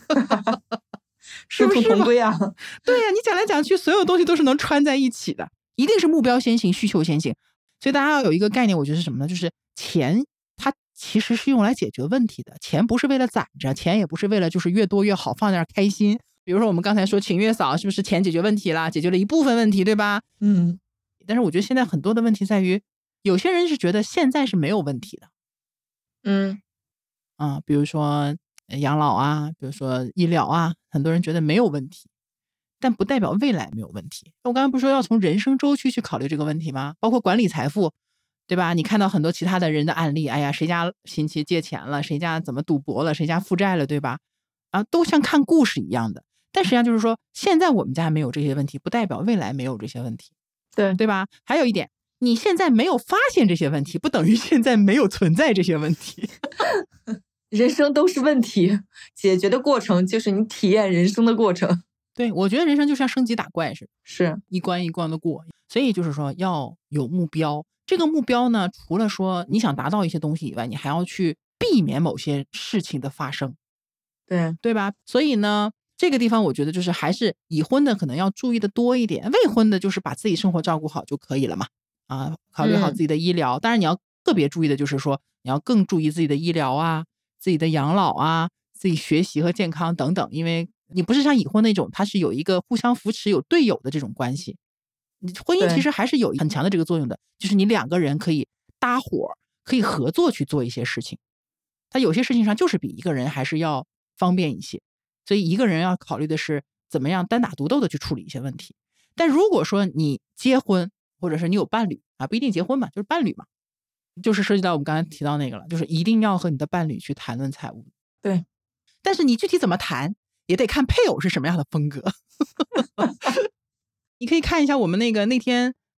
殊途同归啊！ 对呀，你讲来讲去，所有东西都是能穿在一起的，一定是目标先行，需求先行。所以大家要有一个概念，我觉得是什么呢？就是钱它其实是用来解决问题的，钱不是为了攒着，钱也不是为了就是越多越好放在那儿开心。比如说我们刚才说请月嫂，是不是钱解决问题了，解决了一部分问题，对吧？但是我觉得现在很多的问题在于，有些人是觉得现在是没有问题的。比如说养老啊，比如说医疗啊，很多人觉得没有问题，但不代表未来没有问题。我刚才不是说要从人生周期去考虑这个问题吗？包括管理财富，对吧？你看到很多其他的人的案例，哎呀，谁家亲戚借钱了，谁家怎么赌博了，谁家负债了，对吧？都像看故事一样的。但实际上就是说，现在我们家没有这些问题，不代表未来没有这些问题，对吧？还有一点，你现在没有发现这些问题，不等于现在没有存在这些问题。 人生都是问题，解决的过程就是你体验人生的过程。 对，我觉得人生就像升级打怪似的， 是一关一关的过。所以就是说要有目标，这个目标呢，除了说你想达到一些东西以外，你还要去避免某些事情的发生，对吧？所以呢，这个地方我觉得就是还是已婚的可能要注意的多一点，未婚的就是把自己生活照顾好就可以了嘛。考虑好自己的医疗，当然你要特别注意的就是说，你要更注意自己的医疗啊，自己的养老啊，自己学习和健康等等，因为你不是像已婚那种，它是有一个互相扶持、有队友的这种关系。婚姻其实还是有很强的这个作用的，就是你2个人可以搭伙，可以合作去做一些事情。它有些事情上就是比一个人还是要方便一些，所以一个人要考虑的是怎么样单打独斗的去处理一些问题。但如果说你结婚，或者是你有伴侣不一定结婚嘛，就是伴侣嘛，就是涉及到我们刚才提到那个了，就是一定要和你的伴侣去谈论财务。 对， 但是你具体怎么谈，也得看配偶是什么样的风格。你可以看一下我们那天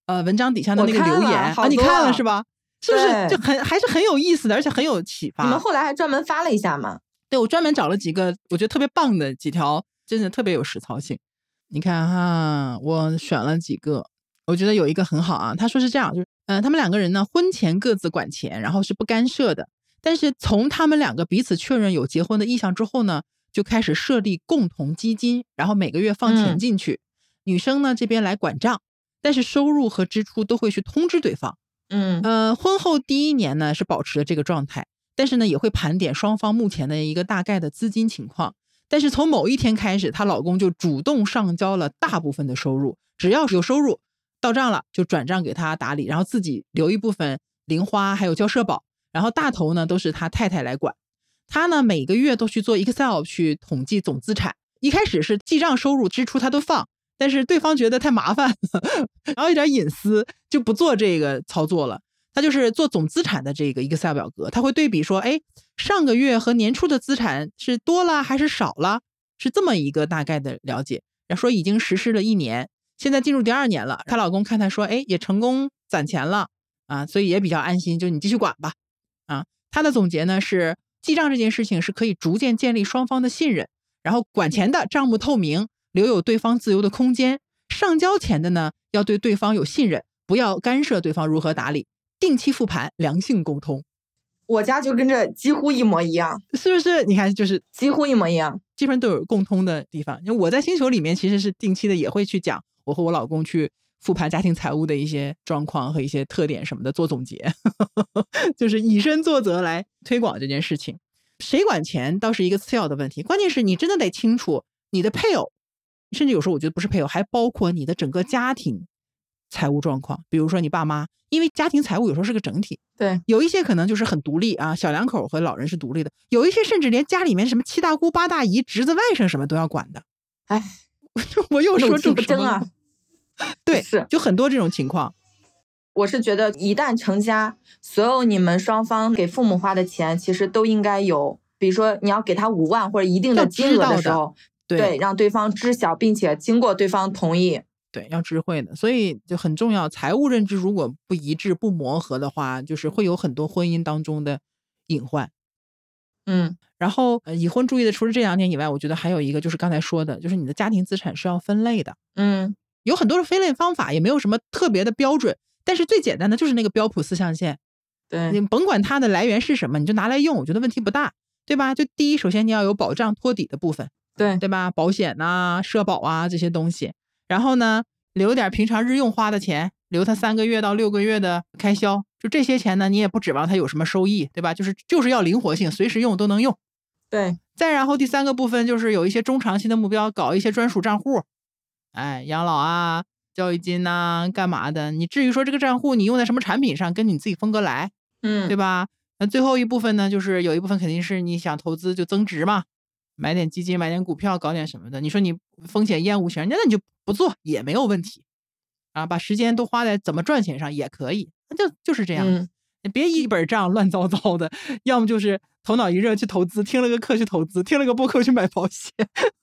文章底下的那个留言啊， 你看了是吧？是不是就还是很有意思的，而且很有启发？ 你们后来还专门发了一下吗？ 对，我专门找了几个我觉得特别棒的几条，真的特别有实操性。你看哈，我选了几个，我觉得有一个很好啊。他说是这样，就是他们两个人呢，婚前各自管钱，然后是不干涉的。但是从他们两个彼此确认有结婚的意向之后呢，就开始设立共同基金，然后每个月放钱进去。女生呢这边来管账，但是收入和支出都会去通知对方。婚后第1年呢是保持了这个状态，但是呢也会盘点双方目前的一个大概的资金情况。但是从某一天开始，她老公就主动上交了大部分的收入，只要有收入到账了就转账给她打理，然后自己留一部分零花还有交社保，然后大头呢都是他太太来管。他呢每个月都去做 Excel 去统计总资产，一开始是记账收入支出他都放，但是对方觉得太麻烦然后有点隐私就不做这个操作了。他就是做总资产的这个 Excel 表格，他会对比说，哎，上个月和年初的资产是多了还是少了，是这么一个大概的了解。然后说已经实施了1年，现在进入第2年了，她老公看她说，哎，也成功攒钱了啊，所以也比较安心，就你继续管吧。啊，他的总结呢是，记账这件事情是可以逐渐建立双方的信任，然后管钱的账目透明，留有对方自由的空间，上交钱的呢要对对方有信任，不要干涉对方如何打理，定期复盘，良性沟通。 我家就跟这几乎一模一样， 是不是？你看就是几乎一模一样， 基本都有共通的地方。因为我在星球里面其实是定期的也会去讲我和我老公去复盘家庭财务的一些状况和一些特点什么的，做总结就是以身作则来推广这件事情。谁管钱倒是一个次要的问题，关键是你真的得清楚你的配偶，甚至有时候我觉得不是配偶，还包括你的整个家庭财务状况。比如说你爸妈，因为家庭财务有时候是个整体， 对， 有一些可能就是很独立啊，小两口和老人是独立的，有一些甚至连家里面什么7大姑8大姨侄子外甥什么都要管的。 哎， 我又说这不争啊对， 是就很多这种情况。 我是觉得一旦成家，所有你们双方给父母花的钱其实都应该有，比如说你要给他5万或者一定的金额的时候，对，让对方知晓并且经过对方同意， 对，要知会的。所以就很重要，财务认知如果不一致不磨合的话，就是会有很多婚姻当中的隐患。然后已婚注意的除了这2点以外，我觉得还有一个就是刚才说的，就是你的家庭资产是要分类的。有很多的分类方法，也没有什么特别的标准，但是最简单的就是那个标普4象限。 对， 你甭管它的来源是什么，你就拿来用，我觉得问题不大，对吧？就第一，首先你要有保障托底的部分，对吧？保险啊、社保啊这些东西。然后呢，留点平常日用花的钱，留他3个月到6个月的开销，就这些钱呢，你也不指望它有什么收益，对吧？就是要灵活性，随时用都能用。 对。 再然后第3个部分就是有一些中长期的目标，搞一些专属账户。哎，养老啊、教育金啊、干嘛的？你至于说这个账户你用在什么产品上，跟你自己风格来，对吧？那最后一部分呢，就是有一部分肯定是你想投资就增值嘛，买点基金、买点股票、搞点什么的。你说你风险厌恶型，那你就不做也没有问题啊，把时间都花在怎么赚钱上也可以，就是这样。你别一本账乱糟糟的，要么就是头脑一热去投资，听了个课去投资，听了个播客去买保险。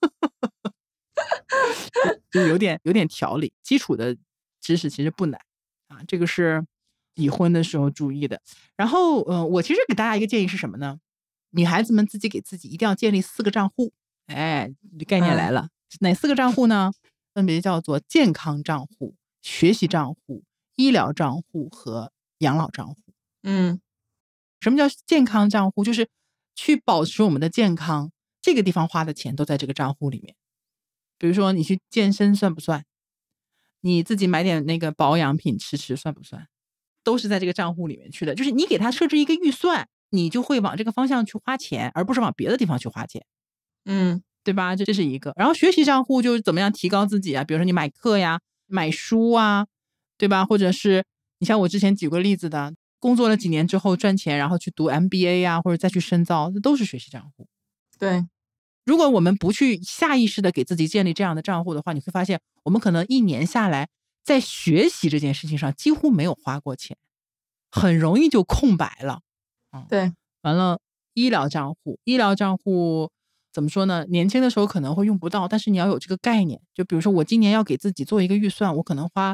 就有点条理，基础的知识其实不难啊，这个是已婚的时候注意的。然后我其实给大家一个建议是什么呢？女孩子们自己给自己一定要建立4个账户。哎，概念来了，哪4个账户呢？分别叫做健康账户、学习账户、医疗账户和养老账户。什么叫健康账户？就是去保持我们的健康，这个地方花的钱都在这个账户里面。比如说你去健身算不算？你自己买点那个保养品吃算不算？都是在这个账户里面去的。就是你给他设置一个预算，你就会往这个方向去花钱，而不是往别的地方去花钱。对吧？这是一个。然后学习账户就是怎么样提高自己啊，比如说你买课呀、买书啊，对吧？或者是你像我之前举过例子的，工作了几年之后赚钱，然后去读 MBA 呀，或者再去深造，这都是学习账户。 对。 如果我们不去下意识的给自己建立这样的账户的话，你会发现我们可能1年下来在学习这件事情上几乎没有花过钱，很容易就空白了。 对。 完了，医疗账户怎么说呢？年轻的时候可能会用不到，但是你要有这个概念。就比如说我今年要给自己做一个预算，我可能花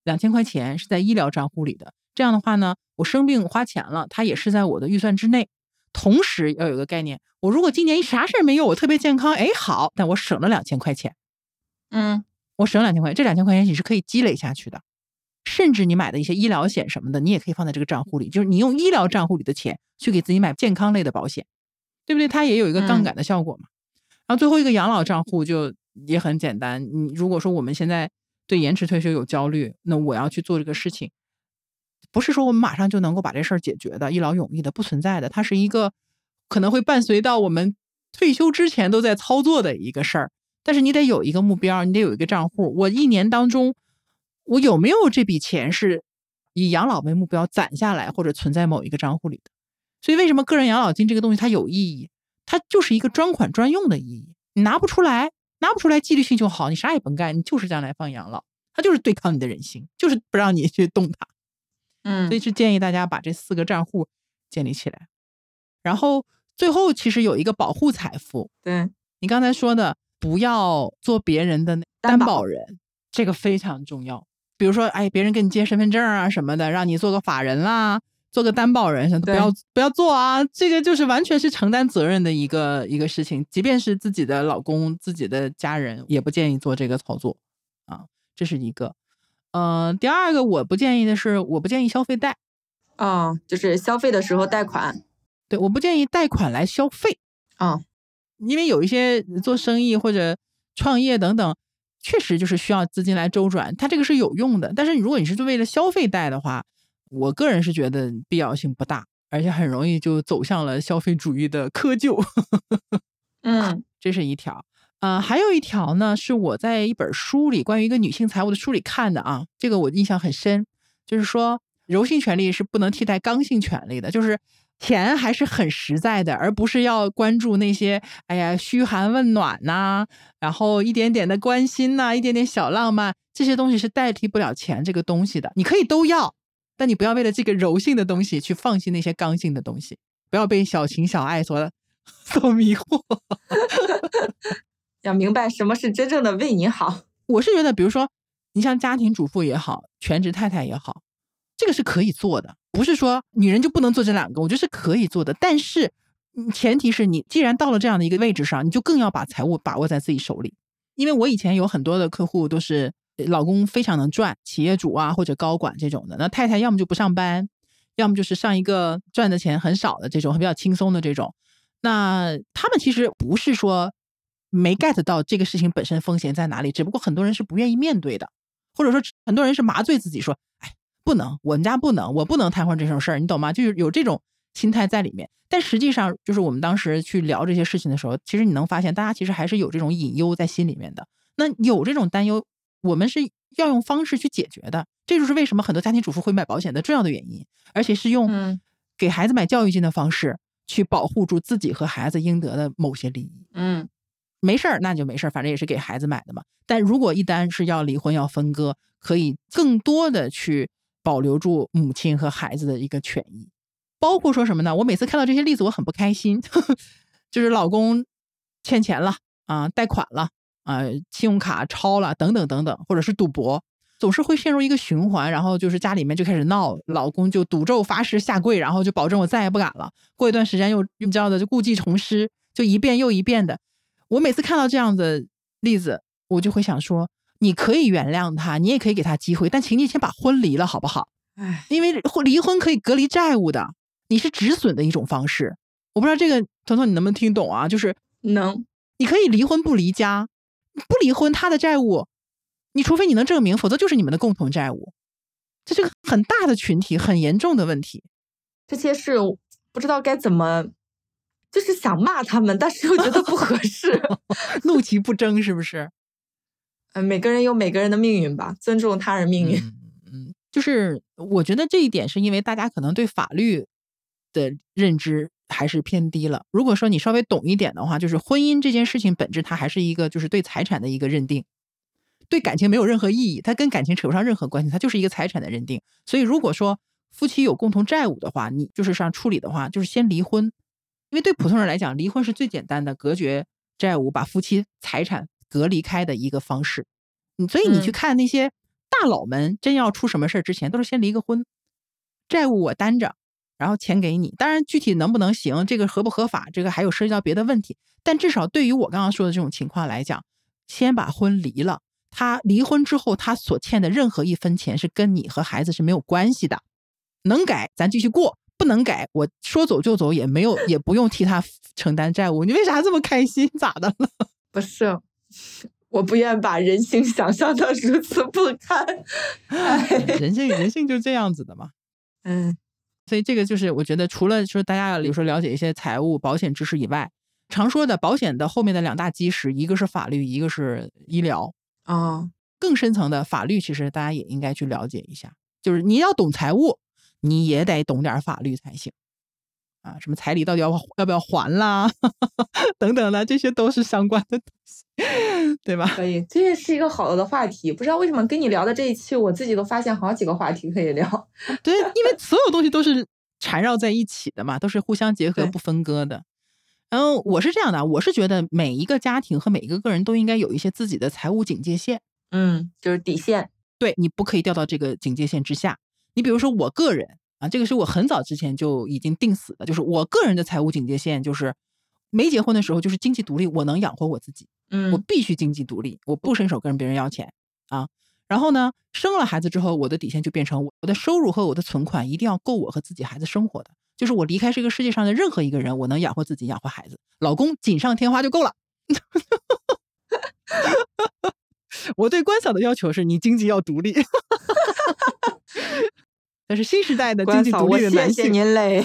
2000块钱是在医疗账户里的，这样的话呢，我生病花钱了，它也是在我的预算之内。同时要有个概念，我如果今年啥事儿没有，我特别健康，哎，好，但我省了2000块钱。我省2000块钱，这2000块钱你是可以积累下去的。甚至你买的一些医疗险什么的，你也可以放在这个账户里，就是你用医疗账户里的钱去给自己买健康类的保险，对不对？它也有一个杠杆的效果嘛。然后最后一个养老账户就也很简单，你如果说我们现在对延迟退休有焦虑，那我要去做这个事情，不是说我们马上就能够把这事儿解决的，一劳永逸的，不存在的。它是一个可能会伴随到我们退休之前都在操作的一个事儿，但是你得有一个目标，你得有一个账户。我一年当中我有没有这笔钱是以养老为目标攒下来或者存在某一个账户里的。所以为什么个人养老金这个东西它有意义，它就是一个专款专用的意义。你拿不出来纪律性就好，你啥也甭干，你就是将来放养老，它就是对抗你的人性，就是不让你去动它。所以是建议大家把这4个账户建立起来。然后最后其实有一个保护财富， 对， 你刚才说的不要做别人的担保人，这个非常重要。比如说哎，别人给你借身份证啊什么的，让你做个法人啦，做个担保人，不要做啊，这个就是完全是承担责任的一个事情，即便是自己的老公自己的家人也不建议做这个操作啊，这是一个。第二个我不建议的是，我不建议消费贷。 就是消费的时候贷款。 对，我不建议贷款来消费。因为有一些做生意或者创业等等，确实就是需要资金来周转，它这个是有用的。但是如果你是为了消费贷的话，我个人是觉得必要性不大，而且很容易就走向了消费主义的窠臼。这是一条。还有一条呢，是我在一本书里，关于一个女性财务的书里看的啊，这个我印象很深，就是说柔性权利是不能替代刚性权利的，就是钱还是很实在的，而不是要关注那些嘘寒问暖呐，然后一点点的关心呐，一点点小浪漫，这些东西是代替不了钱这个东西的。你可以都要，但你不要为了这个柔性的东西去放弃那些刚性的东西，不要被小情小爱所迷惑。 要明白什么是真正的为你好。 我是觉得比如说你像家庭主妇也好，全职太太也好，这个是可以做的，不是说女人就不能做这2个，我觉得是可以做的。但是前提是你既然到了这样的一个位置上，你就更要把财务把握在自己手里。因为我以前有很多的客户都是老公非常能赚，企业主啊或者高管这种的，那太太要么就不上班，要么就是上一个赚的钱很少的这种比较轻松的这种。那他们其实不是说没 get 到这个事情本身风险在哪里，只不过很多人是不愿意面对的，或者说很多人是麻醉自己说不能，我们家不能，我不能瘫痪这种事儿，你懂吗？就是有这种心态在里面。但实际上就是我们当时去聊这些事情的时候，其实你能发现大家其实还是有这种隐忧在心里面的。那有这种担忧，我们是要用方式去解决的，这就是为什么很多家庭主妇会买保险的重要的原因，而且是用给孩子买教育金的方式去保护住自己和孩子应得的某些利益。没事儿那就没事儿，反正也是给孩子买的嘛。但如果一旦是要离婚要分割，可以更多的去保留住母亲和孩子的一个权益。包括说什么呢，我每次看到这些例子我很不开心，就是老公欠钱了啊，贷款了啊，信用卡超了等等等等，或者是赌博，总是会陷入一个循环，然后就是家里面就开始闹，老公就赌咒发誓下跪，然后就保证我再也不敢了，过一段时间又你知道的就故技重施，就一遍又一遍的。我每次看到这样的例子，我就会想说，你可以原谅他，你也可以给他机会，但请你先把婚离了好不好？因为离婚可以隔离债务的，你是止损的一种方式。我不知道这个彤彤你能不能听懂啊？就是能， 你可以离婚不离家，不离婚他的债务，你除非你能证明，否则就是你们的共同债务。这是个很大的群体，很严重的问题。 这些事不知道该怎么。就是想骂他们，但是又觉得不合适。 怒其不争是不是？ 每个人有每个人的命运吧，尊重他人命运。 就是我觉得这一点是因为大家可能对法律的认知还是偏低了。如果说你稍微懂一点的话，就是婚姻这件事情本质它还是一个就是对财产的一个认定，对感情没有任何意义，它跟感情扯不上任何关系，它就是一个财产的认定。所以如果说夫妻有共同债务的话，你就是上处理的话，就是先离婚。因为对普通人来讲，离婚是最简单的隔绝债务，把夫妻财产隔离开的一个方式。所以你去看那些大佬们真要出什么事之前，都是先离个婚，债务我担着，然后钱给你。当然具体能不能行，这个合不合法，这个还有涉及到别的问题。但至少对于我刚刚说的这种情况来讲，先把婚离了，他离婚之后他所欠的任何一分钱是跟你和孩子是没有关系的。能改咱继续过，不能改我说走就走，也不用替他承担债务。你为啥这么开心？咋的了？ 不是，我不愿把人性想象的如此不堪。 人性就这样子的嘛。所以这个就是我觉得除了说大家有时候了解一些财务保险知识以外，常说的保险的后面的2大基石，一个是法律，一个是医疗。更深层的法律其实大家也应该去了解一下，就是你要懂财务，你也得懂点法律才行啊，什么彩礼到底要不要还啦等等的，这些都是相关的东西，对吧？ 可以，这是一个好的话题。不知道为什么跟你聊的这一期，我自己都发现好几个话题可以聊。 对，因为所有东西都是缠绕在一起的嘛，都是互相结合不分割的。然后我是这样的，我是觉得每一个家庭和每一个个人都应该有一些自己的财务警戒线。 就是底线。 对，你不可以掉到这个警戒线之下。你比如说我个人啊，这个是我很早之前就已经定死的，就是我个人的财务警戒线就是没结婚的时候就是经济独立，我能养活我自己。我必须经济独立，我不伸手跟别人要钱啊。然后呢，生了孩子之后，我的底线就变成我的收入和我的存款一定要够我和自己孩子生活的，就是我离开这个世界上的任何一个人，我能养活自己养活孩子，老公锦上添花就够了我对关嫂的要求是你经济要独立但是新时代的经济独立的男性， 谢谢您嘞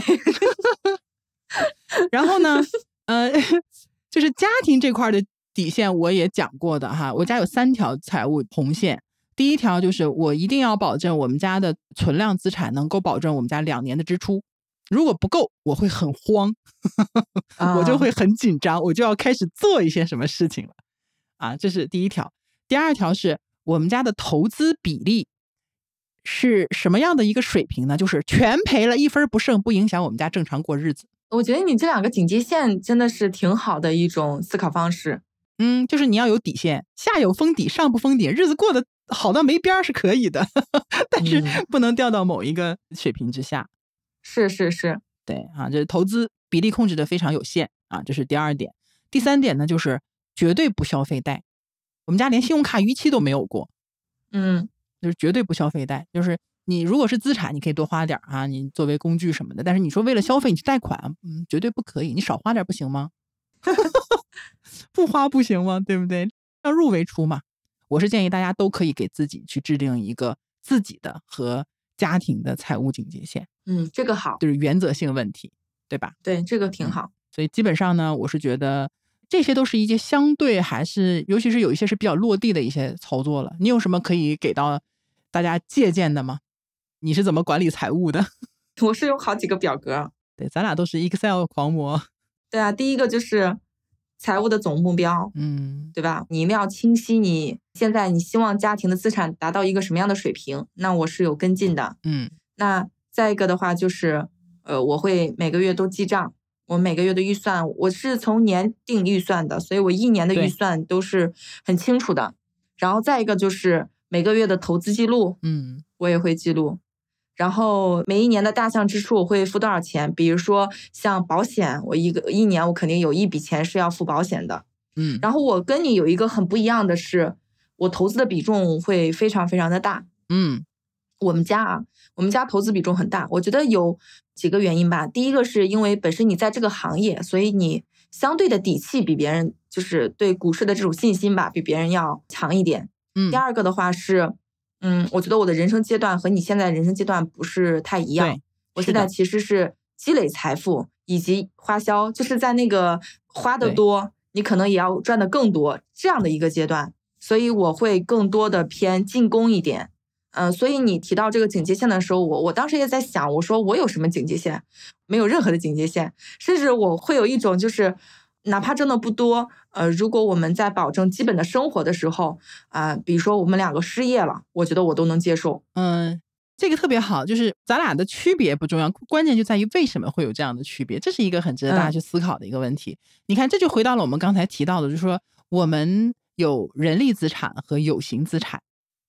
然后呢就是家庭这块的底线我也讲过的哈，我家有3条财务红线。第一条就是我一定要保证我们家的存量资产能够保证我们家2年的支出，如果不够我会很慌我就会很紧张，我就要开始做一些什么事情了啊，这是第一条。第二条是我们家的投资比例是什么样的一个水平呢？就是全赔了，1分不剩，不影响我们家正常过日子。 我觉得你这2个警戒线真的是挺好的一种思考方式。 就是你要有底线，下有封底上不封底，日子过得好到没边是可以的但是不能掉到某一个水平之下。 是对啊，这投资比例控制的非常有限啊，这是第2点。第3点呢，就是绝对不消费贷。我们家连信用卡逾期都没有过。就是绝对不消费贷，就是你如果是资产你可以多花点啊，你作为工具什么的，但是你说为了消费你去贷款，绝对不可以。你少花点不行吗不花不行吗？对不对？量入为出嘛。我是建议大家都可以给自己去制定一个自己的和家庭的财务警戒线。 这个好， 就是原则性问题，对吧？ 对，这个挺好。 所以基本上呢，我是觉得这些都是一些相对还是尤其是有一些是比较落地的一些操作了。你有什么可以给到大家借鉴的吗？你是怎么管理财务的？ 我是有好几个表格。 对，咱俩都是 Excel 狂魔。 对啊，第一个就是财务的总目标，对吧？你一定要清晰你现在你希望家庭的资产达到一个什么样的水平，那我是有跟进的。那再一个的话就是我会每个月都记账，我每个月的预算我是从年定预算的，所以我1年的预算都是很清楚的。然后再一个就是每个月的投资记录，我也会记录。然后每一年的大项支出我会付多少钱，比如说像保险，我一年我肯定有一笔钱是要付保险的。然后我跟你有一个很不一样的是，我投资的比重会非常非常的大。我们家投资比重很大，我觉得有几个原因吧。第一个是因为本身你在这个行业，所以你相对的底气比别人，就是对股市的这种信心吧，比别人要强一点。第二个的话是我觉得我的人生阶段和你现在的人生阶段不是太一样。我现在其实是积累财富以及花销，就是在那个花的多，你可能也要赚的更多这样的一个阶段，所以我会更多的偏进攻一点。所以你提到这个警戒线的时候，我当时也在想，我说我有什么警戒线？没有任何的警戒线，甚至我会有一种就是哪怕挣的不多，如果我们在保证基本的生活的时候，比如说我们2个失业了，我觉得我都能接受。 这个特别好，就是咱俩的区别不重要，关键就在于为什么会有这样的区别，这是一个很值得大家去思考的一个问题。你看，这就回到了我们刚才提到的，就是说我们有人力资产和有形资产。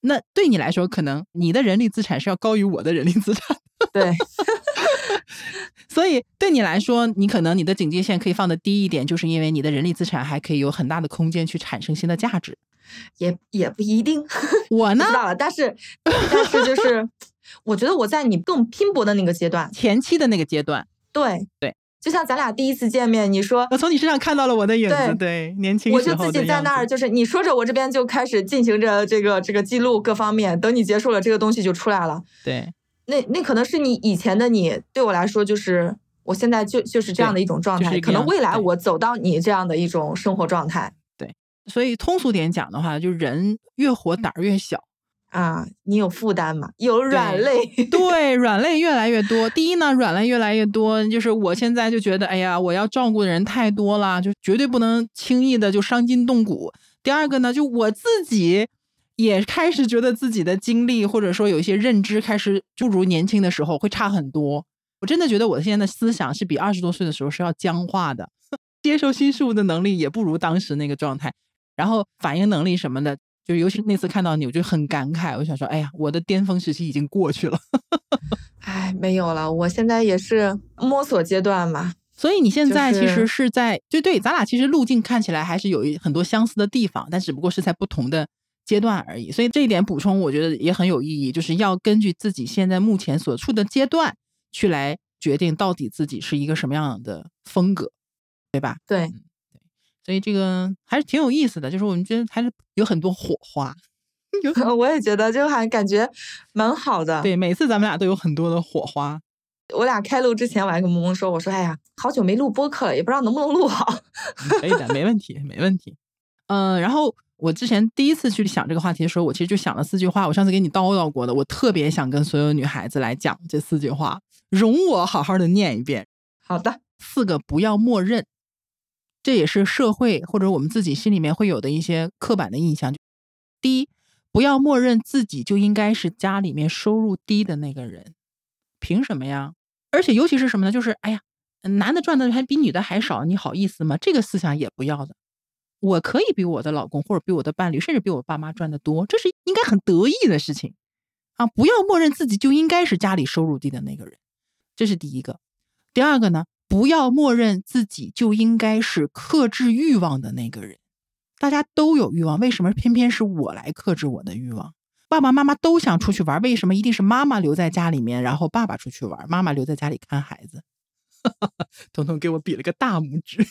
那对你来说，可能你的人力资产是要高于我的人力资产。 对。 所以对你来说，你可能你的警戒线可以放得低一点，就是因为你的人力资产还可以有很大的空间去产生新的价值。 也不一定。 我呢不知道了，但是就是我觉得我在你更拼搏的那个阶段， 前期的那个阶段。 对对， 就像咱俩第一次见面，你说我从你身上看到了我的影子。对，年轻时候的样子。 我就自己在那儿，就是你说着，我这边就开始进行着这个记录各方面，等你结束了，这个东西就出来了。 对， 那可能是你以前的你，对我来说就是我现在就是这样的一种状态， 就是可能未来我走到你这样的一种生活状态。 对，所以通俗点讲的话，就是人越活胆儿越小啊，你有负担嘛，有软肋。 对，软肋越来越多。第一呢，软肋越来越多，就是我现在就觉得，哎呀，我要照顾的人太多了，就绝对不能轻易的就伤筋动骨。第二个呢，就我自己也开始觉得自己的经历或者说有一些认知开始不如年轻的时候会差很多。我真的觉得我现在的思想是比20多岁的时候是要僵化的，接受新事物的能力也不如当时那个状态，然后反应能力什么的，就尤其那次看到你，我就很感慨，我想说，哎呀，我的巅峰时期已经过去了。 哎，没有了，我现在也是摸索阶段嘛。 所以你现在其实是在，对，咱俩其实路径看起来还是有很多相似的地方，但只不过是在不同的阶段而已。所以这一点补充，我觉得也很有意义，就是要根据自己现在目前所处的阶段去来决定到底自己是一个什么样的风格，对吧？ 对。 所以这个还是挺有意思的，就是我们觉得还是有很多火花。 我也觉得就还感觉蛮好的。 对，每次咱们俩都有很多的火花。 我俩开录之前我还跟萌萌说，我说哎呀，好久没录播客了，也不知道能不能录好。 可以的，没问题没问题。然后我之前第一次去想这个话题的时候，我其实就想了4句话，我上次给你叨叨过的，我特别想跟所有女孩子来讲这4句话，容我好好的念一遍。 好的。 4个不要默认，这也是社会或者我们自己心里面会有的一些刻板的印象。第一，不要默认自己就应该是家里面收入低的那个人，凭什么呀？而且尤其是什么呢？就是哎呀，男的赚的还比女的还少，你好意思吗？这个思想也不要的。我可以比我的老公或者比我的伴侣，甚至比我爸妈赚得多，这是应该很得意的事情啊！不要默认自己就应该是家里收入低的那个人，这是第一个。第二个呢，不要默认自己就应该是克制欲望的那个人。大家都有欲望，为什么偏偏是我来克制我的欲望？爸爸妈妈都想出去玩，为什么一定是妈妈留在家里面，然后爸爸出去玩，妈妈留在家里看孩子？彤彤给我比了个大拇指。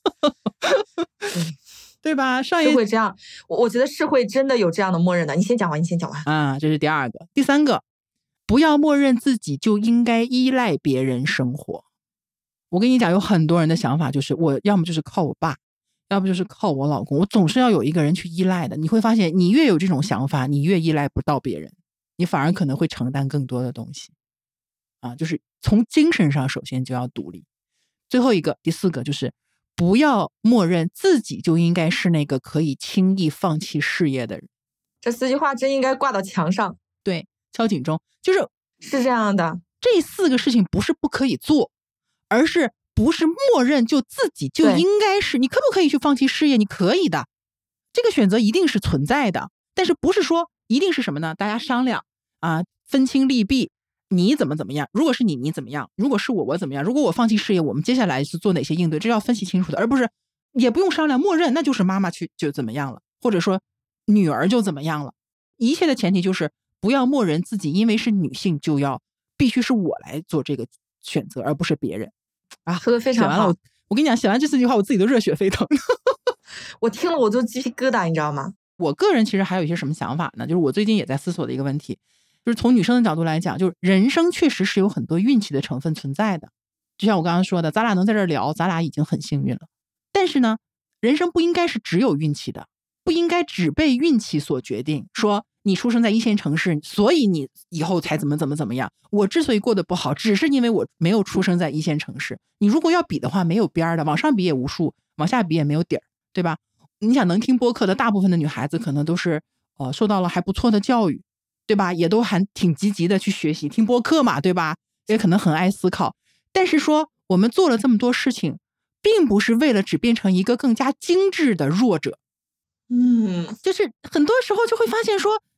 对吧？是会这样，我觉得是会真的有这样的默认的。你先讲完，你先讲完啊，这是第二个。第三个，不要默认自己就应该依赖别人生活。我跟你讲，有很多人的想法就是我要么就是靠我爸，要不就是靠我老公，我总是要有一个人去依赖的。你会发现，你越有这种想法，你越依赖不到别人，你反而可能会承担更多的东西啊。就是从精神上首先就要独立。最后一个，第4个就是不要默认自己就应该是那个可以轻易放弃事业的人。 这4句话真应该挂到墙上。 对，敲警钟。是这样的， 这4个事情不是不可以做，而是不是默认就自己就应该是。你可不可以去放弃事业？你可以的，这个选择一定是存在的，但是不是说一定是什么呢？大家商量啊，分清利弊。你怎么样？如果是你怎么样？如果是我怎么样？如果我放弃事业，我们接下来是做哪些应对？这要分析清楚的，而不是也不用商量，默认那就是妈妈去就怎么样了，或者说女儿就怎么样了。一切的前提就是不要默认自己因为是女性就要必须是我来做这个选择，而不是别人啊。 说得非常好。 我跟你讲，写完这4句话，我自己都热血沸腾。 我听了我都鸡皮疙瘩，你知道吗？ 我个人其实还有一些什么想法呢？就是我最近也在思索的一个问题。就是从女生的角度来讲，就是人生确实是有很多运气的成分存在的。就像我刚刚说的，咱俩能在这儿聊，咱俩已经很幸运了。但是呢，人生不应该是只有运气的，不应该只被运气所决定。说你出生在1线城市，所以你以后才怎么样。我之所以过得不好，只是因为我没有出生在1线城市。你如果要比的话，没有边的，往上比也无数，往下比也没有底儿，对吧？你想能听播客的大部分的女孩子，可能都是受到了还不错的教育。对吧？也都还挺积极的去学习听播客嘛，对吧？也可能很爱思考。但是说我们做了这么多事情，并不是为了只变成一个更加精致的弱者。就是很多时候就会发现说，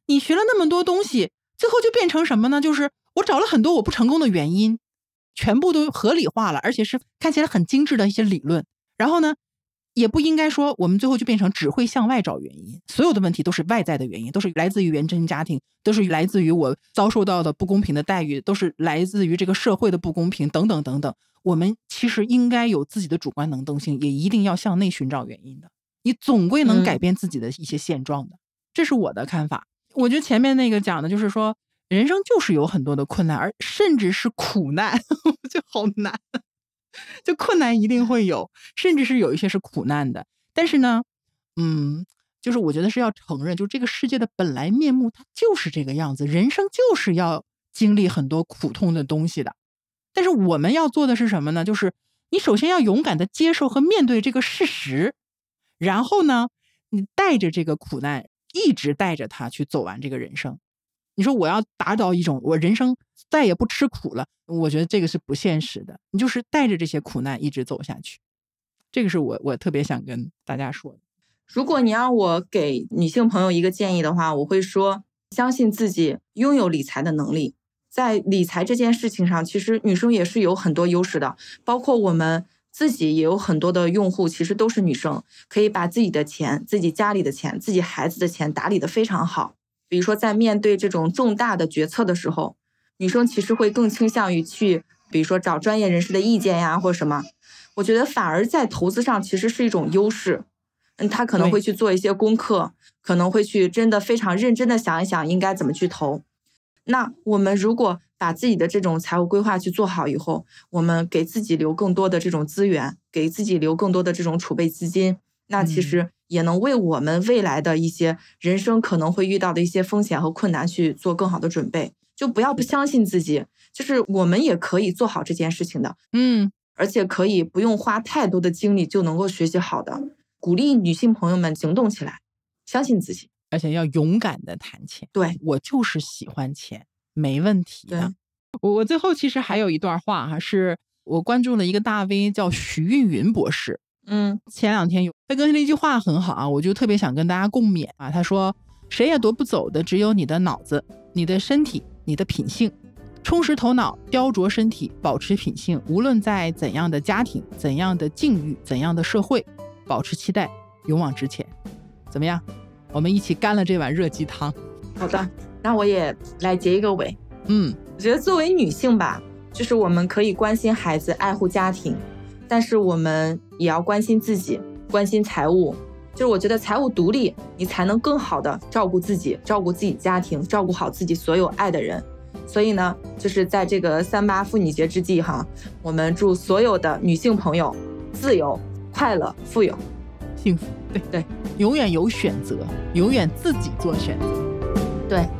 你学了那么多东西，最后就变成什么呢？就是我找了很多我不成功的原因，全部都合理化了，而且是看起来很精致的一些理论。然后呢，也不应该说我们最后就变成只会向外找原因，所有的问题都是外在的原因，都是来自于原生家庭，都是来自于我遭受到的不公平的待遇，都是来自于这个社会的不公平等等等等。我们其实应该有自己的主观能动性，也一定要向内寻找原因的，你总归能改变自己的一些现状的。这是我的看法。我觉得前面那个讲的就是说，人生就是有很多的困难，而甚至是苦难就好难，就困难一定会有，甚至是有一些是苦难的。但是呢就是我觉得是要承认，就这个世界的本来面目它就是这个样子，人生就是要经历很多苦痛的东西的。但是我们要做的是什么呢？就是你首先要勇敢的接受和面对这个事实，然后呢你带着这个苦难一直带着它去走完这个人生。你说我要达到一种我人生再也不吃苦了，我觉得这个是不现实的。你就是带着这些苦难一直走下去，这个是我特别想跟大家说的。 如果你让我给女性朋友一个建议的话，我会说相信自己拥有理财的能力。在理财这件事情上，其实女生也是有很多优势的，包括我们自己也有很多的用户其实都是女生，可以把自己的钱、自己家里的钱、自己孩子的钱打理得非常好。比如说在面对这种重大的决策的时候，女生其实会更倾向于去比如说找专业人士的意见呀或者什么。我觉得反而在投资上其实是一种优势。她可能会去做一些功课，可能会去真的非常认真的想一想应该怎么去投。那我们如果把自己的这种财务规划去做好以后，我们给自己留更多的这种资源，给自己留更多的这种储备资金，那其实也能为我们未来的一些人生可能会遇到的一些风险和困难去做更好的准备。就不要不相信自己，就是我们也可以做好这件事情的，而且可以不用花太多的精力就能够学习好的。鼓励女性朋友们行动起来，相信自己， 而且要勇敢的谈钱。 对， 我就是喜欢钱，没问题的。我最后其实还有一段话哈，是我关注了一个大 V 叫徐韵云博士。前两天他更新了一句话很好啊，我就特别想跟大家共勉啊。他说，谁也夺不走的只有你的脑子、你的身体、你的品性。充实头脑，雕琢身体，保持品性，无论在怎样的家庭、怎样的境遇、怎样的社会，保持期待，勇往直前。怎么样？我们一起干了这碗热鸡汤。 好的，那我也来结一个尾。我觉得作为女性吧，就是我们可以关心孩子，爱护家庭，但是我们也要关心自己，关心财务。就是我觉得财务独立，你才能更好的照顾自己，照顾自己家庭，照顾好自己所有爱的人。所以呢，就是在这个38妇女节之际哈，我们祝所有的女性朋友自由、快乐、富有、 幸福。对，永远有选择，永远自己做选择。 对。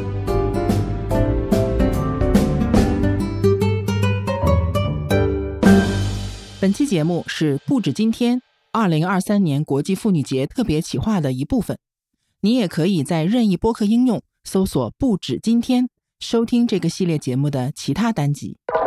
本期节目是不止今天2023年国际妇女节特别企划的一部分。你也可以在任意播客应用搜索不止今天，收听这个系列节目的其他单集。